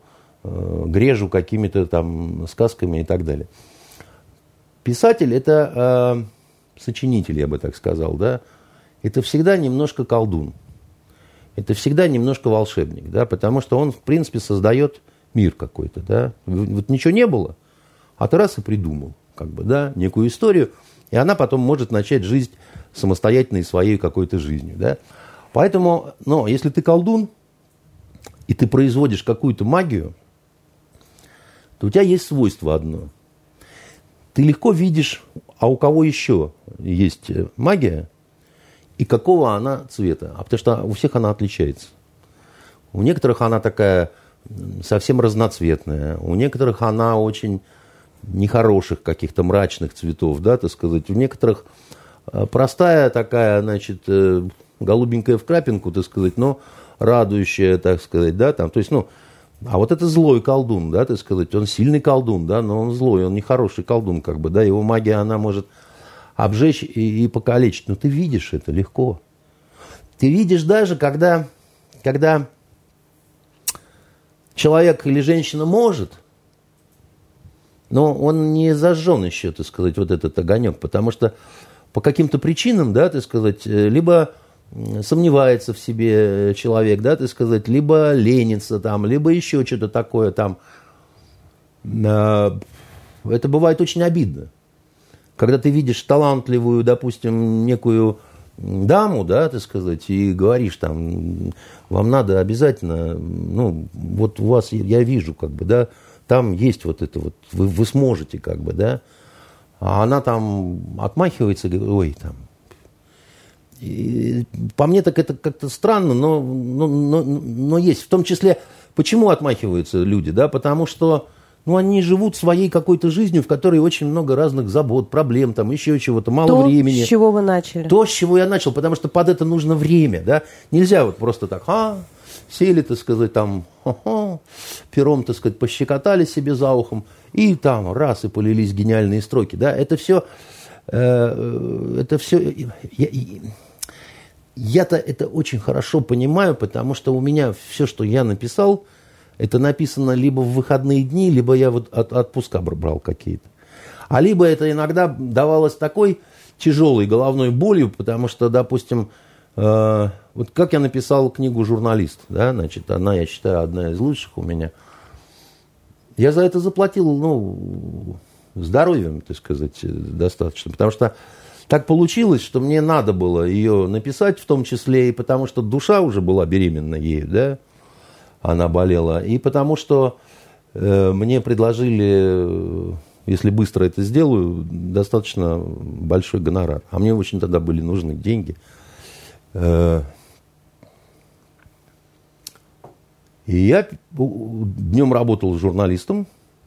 э, грежу какими-то там сказками и так далее. Писатель – это э, сочинитель, я бы так сказал, да, это всегда немножко колдун, это всегда немножко волшебник, да, потому что он, в принципе, создает мир какой-то, да. Вот ничего не было, а ты раз и придумал, как бы, да, некую историю, и она потом может начать жить самостоятельной своей какой-то жизнью, да. Поэтому, ну, если ты колдун, и ты производишь какую-то магию, то у тебя есть свойство одно. Ты легко видишь, а у кого еще есть магия, и какого она цвета. А потому что у всех она отличается. У некоторых она такая совсем разноцветная, у некоторых она очень нехороших, каких-то мрачных цветов, да, так сказать. У некоторых простая такая, значит, голубенькая в крапинку, так сказать, но радующая, так сказать, да, там, то есть, ну, а вот это злой колдун, да, так сказать, он сильный колдун, да, но он злой, он нехороший колдун, как бы, да, его магия, она может обжечь и, и покалечить, но ты видишь это легко. Ты видишь даже, когда, когда человек или женщина может, но он не зажжен еще, так сказать, вот этот огонек, потому что по каким-то причинам, да, так сказать, либо сомневается в себе человек, да, так сказать, либо ленится там, либо еще что-то такое там. Это бывает очень обидно. Когда ты видишь талантливую, допустим, некую даму, да, так сказать, и говоришь там, вам надо обязательно, ну, вот у вас, я вижу, как бы, да, там есть вот это вот, вы, вы сможете, как бы, да, а она там отмахивается, говорит, ой, там. И по мне так это как-то странно, но, но, но, но есть. В том числе, почему отмахиваются люди, да, потому что, ну, они живут своей какой-то жизнью, в которой очень много разных забот, проблем, там, еще чего-то, мало То, времени. То, с чего вы начали. То, с чего я начал, потому что под это нужно время, да. Нельзя вот просто так, а, сели, так сказать, там, хо-хо, пером, так сказать, пощекотали себе за ухом, и там раз, и полились гениальные строки. Да? Это все, э, это все, я, я-то это очень хорошо понимаю, потому что у меня все, что я написал, это написано либо в выходные дни, либо я вот от, отпуска брал какие-то. А либо это иногда давалось такой тяжелой головной болью, потому что, допустим, э, вот как я написал книгу «Журналист», да, значит, она, я считаю, одна из лучших у меня. Я за это заплатил, ну, здоровьем, так сказать, достаточно, потому что так получилось, что мне надо было ее написать, в том числе и потому, что душа уже была беременна ею, да, она болела, и потому что э, мне предложили, если быстро это сделаю, достаточно большой гонорар. А мне очень тогда были нужны деньги. Э, и я днем работал журналистом,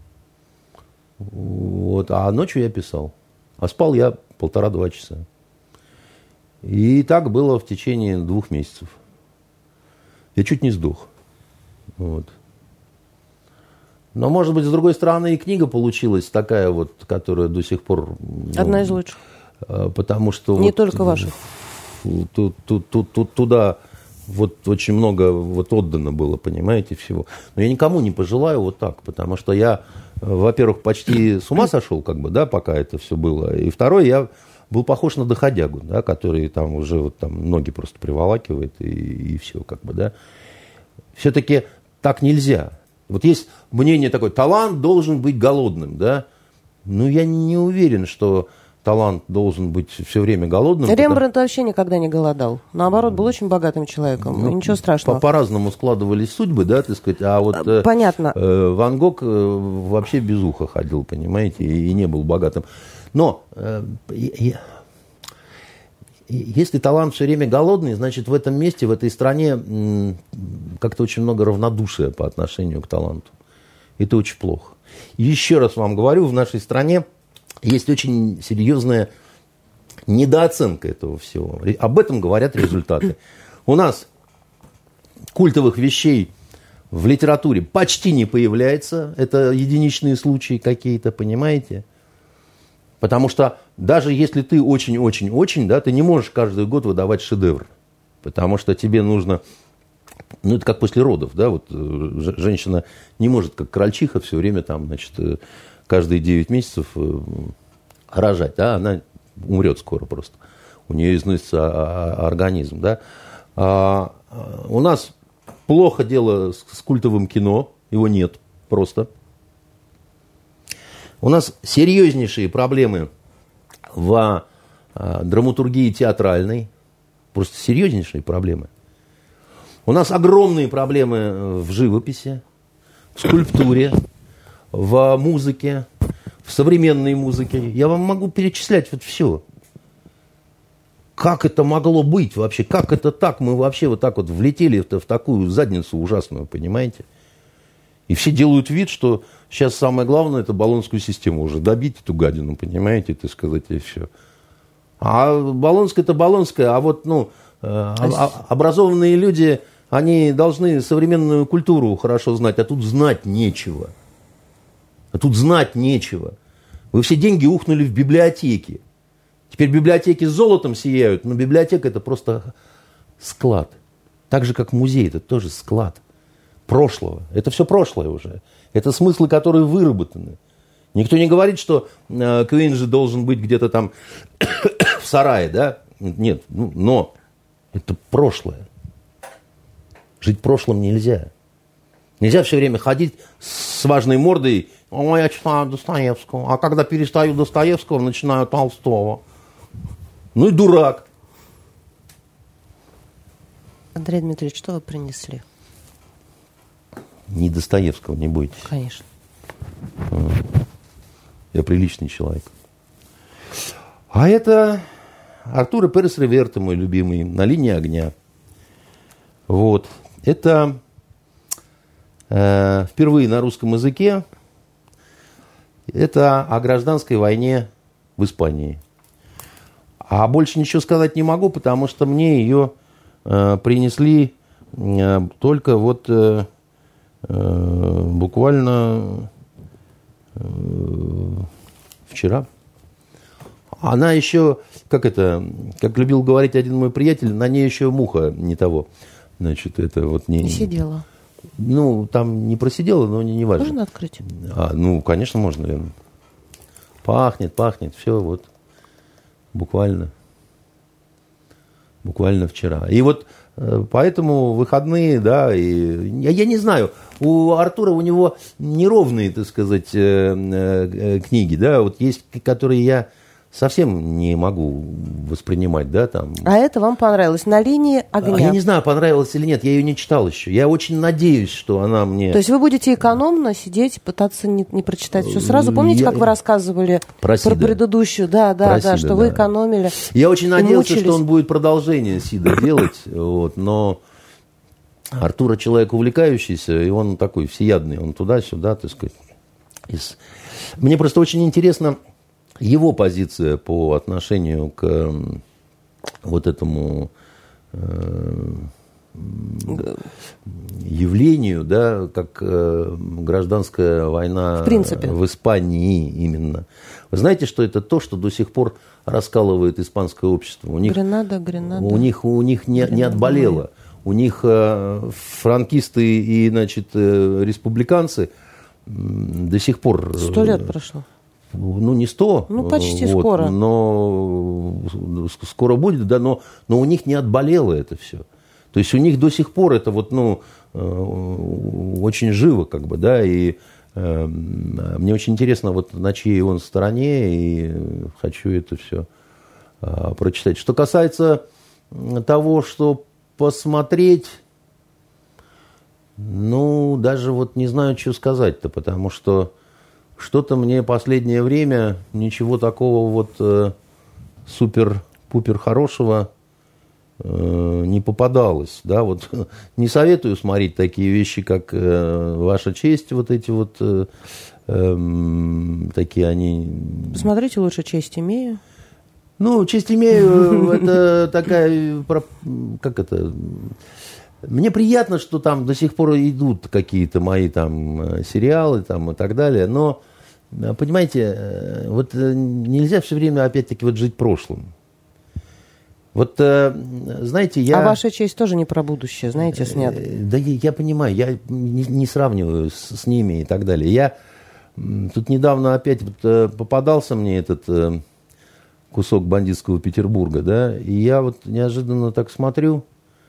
вот, а ночью я писал. А спал я полтора-два часа. И так было в течение двух месяцев. Я чуть не сдох. Вот. Но, может быть, с другой стороны, и книга получилась такая вот, которая до сих пор... Одна ну, из лучших. Потому что... Не вот, только ваших. Тут, тут, тут, тут, туда вот очень много вот отдано было, понимаете, всего. Но я никому не пожелаю вот так, потому что я, во-первых, почти с ума сошел, как бы, да, пока это все было. И второй, я был похож на доходягу, да, который там уже вот там ноги просто приволакивает и, и все, как бы, да. Все-таки так нельзя. Вот есть мнение такое, талант должен быть голодным, да. Ну, я не уверен, что талант должен быть все время голодным. Рембрандт потому... вообще никогда не голодал. Наоборот, был очень богатым человеком. Ну, ничего страшного. По- по-разному складывались судьбы, да, так сказать. А вот Понятно. Э, Ван Гог э, вообще без уха ходил, понимаете, и, и не был богатым. Но э, я, если талант все время голодный, значит, в этом месте, в этой стране м, как-то очень много равнодушия по отношению к таланту. Это очень плохо. Еще раз вам говорю, в нашей стране есть очень серьезная недооценка этого всего. Об этом говорят результаты. У нас культовых вещей в литературе почти не появляется. Это единичные случаи какие-то, понимаете? Потому что даже если ты очень-очень-очень, да, ты не можешь каждый год выдавать шедевр. Потому что тебе нужно... Ну, это как после родов, да, вот женщина не может, как крольчиха, все время там, значит, каждые девять месяцев рожать, да, она умрет скоро просто. У нее износится организм, да. А у нас плохо дело с, с культовым кино, его нет просто. У нас серьезнейшие проблемы в а, драматургии театральной, просто серьезнейшие проблемы. У нас огромные проблемы в живописи, в скульптуре, в музыке, в современной музыке. Я вам могу перечислять вот все. Как это могло быть вообще? Как это так? Мы вообще вот так вот влетели в, в такую задницу ужасную, понимаете? И все делают вид, что сейчас самое главное, это Болонскую систему уже добить, эту гадину, понимаете, так сказать, и все. А Болонская это Болонская, а вот, ну, а, образованные люди... Они должны современную культуру хорошо знать, а тут знать нечего. А тут знать нечего. Вы все деньги ухнули в библиотеки. Теперь библиотеки с золотом сияют, но библиотека это просто склад. Так же, как музей, это тоже склад прошлого. Это все прошлое уже. Это смыслы, которые выработаны. Никто не говорит, что э, Куинджи должен быть где-то там в сарае, да? Нет, ну, но это прошлое. Жить прошлым нельзя. Нельзя все время ходить с важной мордой. Ой, я читаю Достоевского. А когда перестаю Достоевского, начинаю Толстого. Ну и дурак. Андрей Дмитриевич, что вы принесли? Не Достоевского, не бойтесь. Конечно. Я приличный человек. А это Артуро Перес Реверте, мой любимый, «На линии огня». Вот. Это э, впервые на русском языке. Это о гражданской войне в Испании. А больше ничего сказать не могу, потому что мне ее э, принесли только вот э, э, буквально э, вчера. Она еще, как это, как любил говорить один мой приятель, на ней еще муха не того. Значит, это вот не... Не сидела. Ну, там не просидела, но не, не важно. Можно открыть? А, ну, конечно, можно, Лена. Пахнет, пахнет, все вот буквально, буквально вчера. И вот э, поэтому выходные, да, и я, я не знаю, у Артура, у него неровные, так сказать, э, э, книги, да, вот есть, которые я совсем не могу воспринимать, да, там. А это вам понравилось? «На линии огня». Я не знаю, понравилось или нет, я ее не читал еще. Я очень надеюсь, что она мне... То есть вы будете экономно сидеть, пытаться не, не прочитать все сразу? Помните, я... как вы рассказывали про, про предыдущую? Да, да, про да, Сида, что да. вы экономили. Я очень надеялся, мучились. что он будет продолжение Сида делать, вот, но Артур человек увлекающийся, и он такой всеядный, он туда-сюда, так сказать. Из... Мне просто очень интересно его позиция по отношению к вот этому э, явлению, да, как э, гражданская война в принципе. В Испании именно. Вы знаете, что это то, что до сих пор раскалывает испанское общество? У них, Гренада, Гренада. У них, у них не, не отболело. У них э, франкисты и, значит, э, республиканцы до сих пор... Сто лет прошло. Ну, не сто. Ну, почти вот, скоро. Но скоро будет, да, но, но у них не отболело это все. То есть у них до сих пор это вот, ну, очень живо, как бы, да, и э, мне очень интересно, вот на чьей он стороне, и хочу это все э, прочитать. Что касается того, что посмотреть, ну, даже вот не знаю, что сказать-то, потому что что-то мне последнее время ничего такого вот э, супер-пупер хорошего э, не попадалось. Да? Вот, не советую смотреть такие вещи, как э, «Ваша честь», вот эти вот э, э, такие они... Посмотрите лучше «Честь имею». Ну, «Честь имею» это такая, как это... Мне приятно, что там до сих пор идут какие-то мои там сериалы там, и так далее, но, понимаете, вот нельзя все время опять-таки вот жить прошлым. Вот, знаете, я... А «Ваша честь» тоже не про будущее, знаете, снят. Да, я, я понимаю, я не, не сравниваю с, с ними и так далее. Я тут недавно опять вот попадался мне этот кусок бандитского Петербурга, да, и я вот неожиданно так смотрю.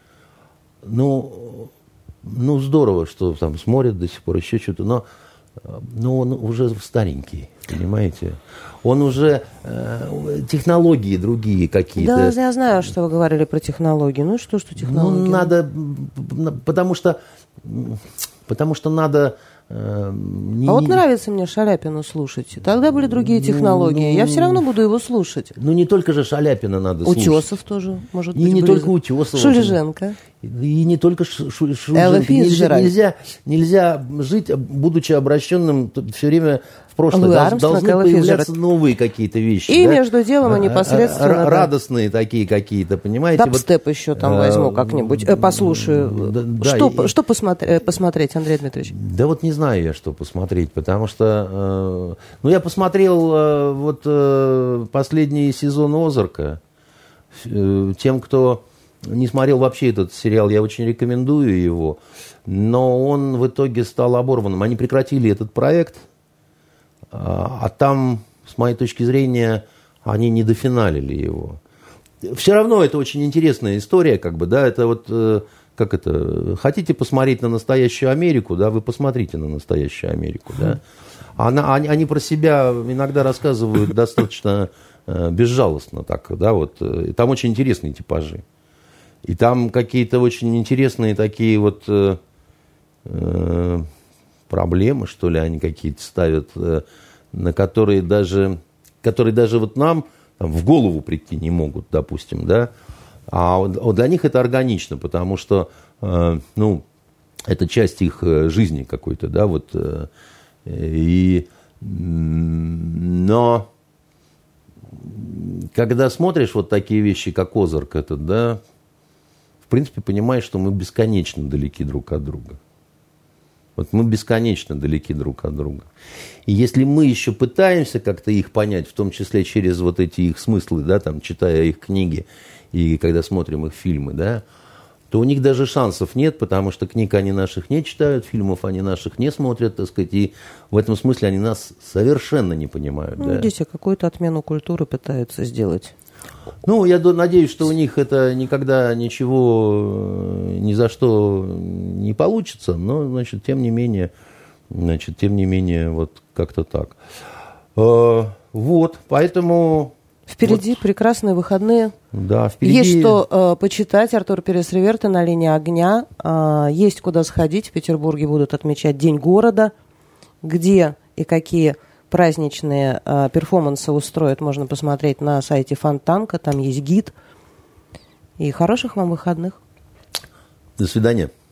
Ну, ну, здорово, что там смотрят до сих пор, еще что-то, но, но он уже старенький, понимаете? Он уже, э, технологии другие какие-то. Да, я знаю, что вы говорили про технологии. Ну, что, что технологии? Ну, надо, потому что, потому что надо... Э, не, а вот нравится мне Шаляпину слушать. Тогда были другие технологии. Ну, я все равно буду его слушать. Ну, не только же Шаляпина надо слушать. Утесов тоже, может быть. И не ближе. только Утесов. Шульженко. И не только Шульженко. Нельзя, нельзя, нельзя жить, будучи обращенным все время в прошлое. Должны, должны появляться новые какие-то вещи. И да? между делом и непосредственно... Радостные да. такие какие-то, понимаете? Дабстеп вот, еще там возьму как-нибудь, э, послушаю. Да, что и, что посмотри, посмотреть, Андрей Дмитриевич? Да вот не знаю я, что посмотреть, потому что... Э, ну, я посмотрел э, вот э, последний сезон «Озарка». Э, тем, кто... Не смотрел вообще этот сериал, я очень рекомендую его, но он в итоге стал оборванным. Они прекратили этот проект, а там, с моей точки зрения, они не дофиналили его. Все равно это очень интересная история, как бы, да, это вот, как это, хотите посмотреть на настоящую Америку, да, вы посмотрите на настоящую Америку, да. Она, они, они про себя иногда рассказывают достаточно безжалостно, так, да, вот, там очень интересные типажи. И там какие-то очень интересные такие вот э, э, проблемы, что ли, они какие-то ставят, э, на которые даже, которые даже вот нам там, в голову прийти не могут, допустим, да. А вот для них это органично, потому что, э, ну, это часть их жизни какой-то, да, вот. Э, и, но когда смотришь вот такие вещи, как «Озарк» этот, да, в принципе, понимаешь, что мы бесконечно далеки друг от друга. Вот мы бесконечно далеки друг от друга. И если мы еще пытаемся как-то их понять, в том числе через вот эти их смыслы, да, там, читая их книги и когда смотрим их фильмы, да, то у них даже шансов нет, потому что книг они наших не читают, фильмов они наших не смотрят, так сказать, и в этом смысле они нас совершенно не понимают. Ну, да. здесь какую-то отмену культуры пытаются сделать. Ну, я надеюсь, что у них это никогда ничего ни за что не получится, но, значит, тем не менее, значит, тем не менее, вот как-то так. Вот, поэтому... Впереди вот, прекрасные выходные. Да, впереди... Есть что э, почитать. Артур Перес-Реверте на линии огня. Э, есть куда сходить. В Петербурге будут отмечать День города. Где и какие праздничные э, перформансы устроят, можно посмотреть на сайте Фонтанка. Там есть гид. И хороших вам выходных. До свидания.